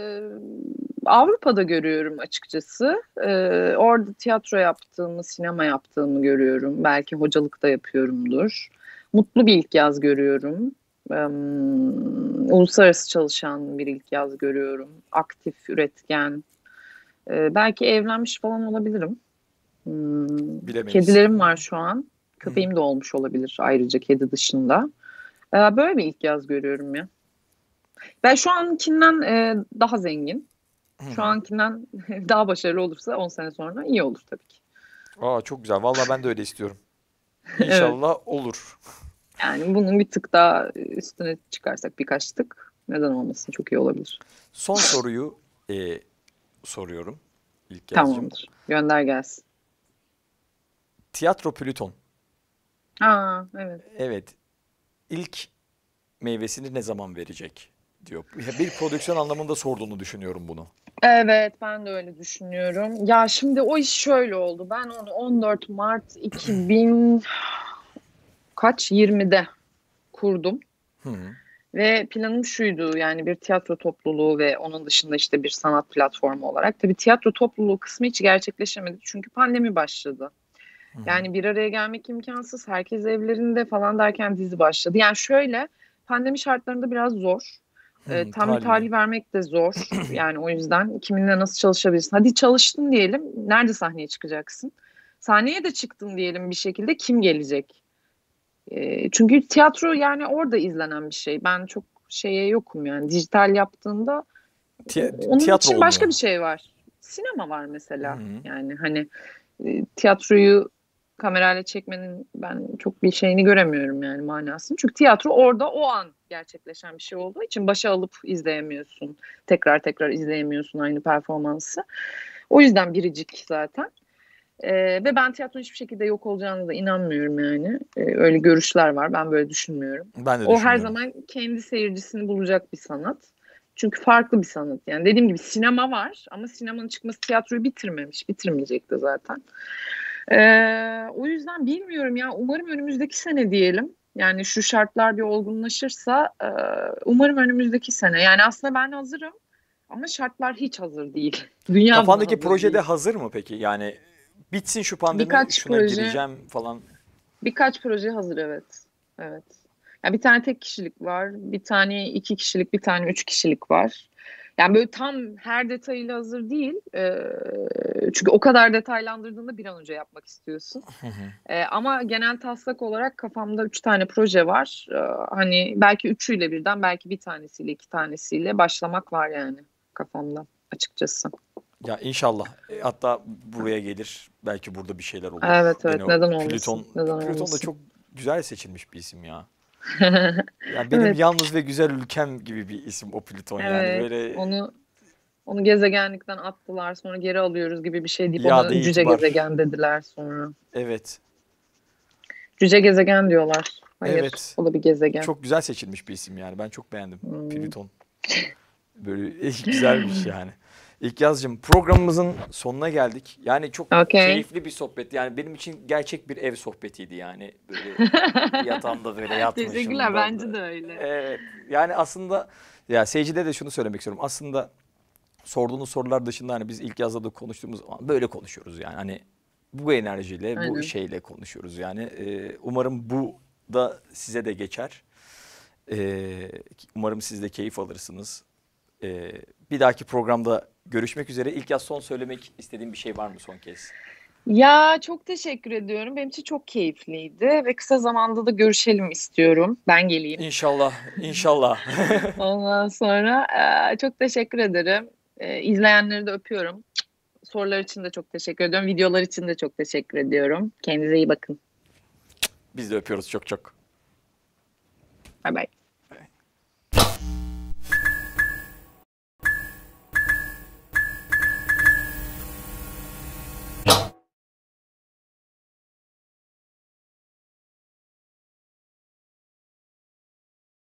Avrupa'da görüyorum açıkçası. E, orada tiyatro yaptığımı, sinema yaptığımı görüyorum. Belki hocalık da yapıyorumdur. Mutlu bir ilk yaz görüyorum. E, uluslararası çalışan bir ilk yaz görüyorum. Aktif, üretken. E, belki evlenmiş falan olabilirim. Hmm, Bilemeyiz. kedilerim var şu an. Köpeğim de olmuş olabilir ayrıca kedi dışında. E, böyle bir ilk yaz görüyorum ya. Ben şu ankinden e, daha zengin. Şu ankinden daha başarılı olursa on sene sonra iyi olur tabii ki. Aa, çok güzel. Vallahi ben de öyle istiyorum. İnşallah olur. Yani bunun bir tık daha üstüne çıkarsak, birkaç tık, neden olmasın, çok iyi olabilir. Son soruyu e, soruyorum. İlk yazcım. Tamamdır. Gönder gelsin. Tiyatro Plüton. Aa, evet. Evet. İlk meyvesini ne zaman verecek diyor. Bir prodüksiyon anlamında sorduğunu düşünüyorum bunu. Evet, ben de öyle düşünüyorum. Ya şimdi o iş şöyle oldu. Ben onu on dört Mart iki bin kaç yirmide kurdum. Hı hı. Ve planım şuydu, yani bir tiyatro topluluğu ve onun dışında işte bir sanat platformu olarak. Tabii tiyatro topluluğu kısmı hiç gerçekleşemedi çünkü pandemi başladı. Yani bir araya gelmek imkansız, herkes evlerinde falan derken dizi başladı. Yani şöyle, pandemi şartlarında biraz zor. Hı, Ee, tam bir haliyle. tarih vermek de zor. Yani o yüzden kiminle nasıl çalışabilirsin? Hadi çalıştın diyelim, nerede sahneye çıkacaksın? Sahneye de çıktın diyelim bir şekilde, kim gelecek? Ee, çünkü tiyatro yani orada izlenen bir şey. Ben çok şeye yokum yani. Dijital yaptığında Ti- onun tiyatro için başka olmuyor. bir şey var. Sinema var mesela. Hı hı. Yani hani e, tiyatroyu kamerayla çekmenin ben çok bir şeyini göremiyorum yani, manasını. Çünkü tiyatro orada o an gerçekleşen bir şey olduğu için başa alıp izleyemiyorsun. Tekrar tekrar izleyemiyorsun aynı performansı. O yüzden biricik zaten. Ee, ve ben tiyatronun hiçbir şekilde yok olacağına da inanmıyorum yani. Ee, öyle görüşler var. Ben böyle düşünmüyorum. Ben de O her düşünüyorum. zaman kendi seyircisini bulacak bir sanat. Çünkü farklı bir sanat. Yani dediğim gibi sinema var ama sinemanın çıkması tiyatroyu bitirmemiş. Bitirmeyecek de zaten. Ee, o yüzden bilmiyorum ya. Umarım önümüzdeki sene diyelim. Yani şu şartlar bir olgunlaşırsa e, umarım önümüzdeki sene. Yani aslında ben hazırım. Ama şartlar hiç hazır değil. Dünya buna Kafandaki hazır projede değil. hazır mı peki? Yani bitsin şu pandemi, Birkaç şuna proje gireceğim falan. birkaç proje hazır, evet. Evet. Ya bir tane tek kişilik var, bir tane iki kişilik, bir tane üç kişilik var. Yani böyle tam her detayıyla hazır değil. Ee, çünkü o kadar detaylandırdığında bir an önce yapmak istiyorsun. Ee, ama genel taslak olarak kafamda üç tane proje var. Ee, hani belki üçüyle birden, belki bir tanesiyle, iki tanesiyle başlamak var yani kafamda açıkçası. Ya inşallah. E, hatta buraya gelir. Belki burada bir şeyler olur. Evet evet, Gene o neden Plüton. olmasın? Neden Plüton da olmasın? çok güzel seçilmiş bir isim ya. Ya benim Evet, yalnız ve güzel ülkem gibi bir isim o Plüton yani. evet. Böyle Onu onu gezegenlikten attılar, sonra geri alıyoruz gibi bir şey deyip yad ona cüce itibar. gezegen dediler sonra. Evet. Cüce gezegen diyorlar. Hayır, Evet. o da bir gezegen. Çok güzel seçilmiş bir isim yani. Ben çok beğendim. Hmm. Plüton. Böyle güzelmiş yani. İlkyazcığım, programımızın sonuna geldik. Yani çok Okey. keyifli bir sohbet. Yani benim için gerçek bir ev sohbetiydi yani. Böyle yatağımda böyle yatmışım Teşekkürler, da. bence de öyle. Evet. Yani aslında ya seyircilere de şunu söylemek istiyorum. Aslında sorduğunuz sorular dışında hani biz ilk yazda da konuştuğumuz zaman böyle konuşuyoruz yani. Hani bu enerjiyle, bu Aynen. şeyle konuşuyoruz yani. Ee, umarım bu da size de geçer. Ee, umarım siz de keyif alırsınız. Ee, bir dahaki programda görüşmek üzere. İlk yaz son söylemek istediğim bir şey var mı son kez? Ya çok teşekkür ediyorum. Benim için çok keyifliydi ve kısa zamanda da görüşelim istiyorum. Ben geleyim. İnşallah, inşallah. Ondan sonra eee, çok teşekkür ederim. Eee, izleyenleri de öpüyorum. Sorular için de çok teşekkür ediyorum. Videolar için de çok teşekkür ediyorum. Kendinize iyi bakın. Biz de öpüyoruz çok çok. Bay bay.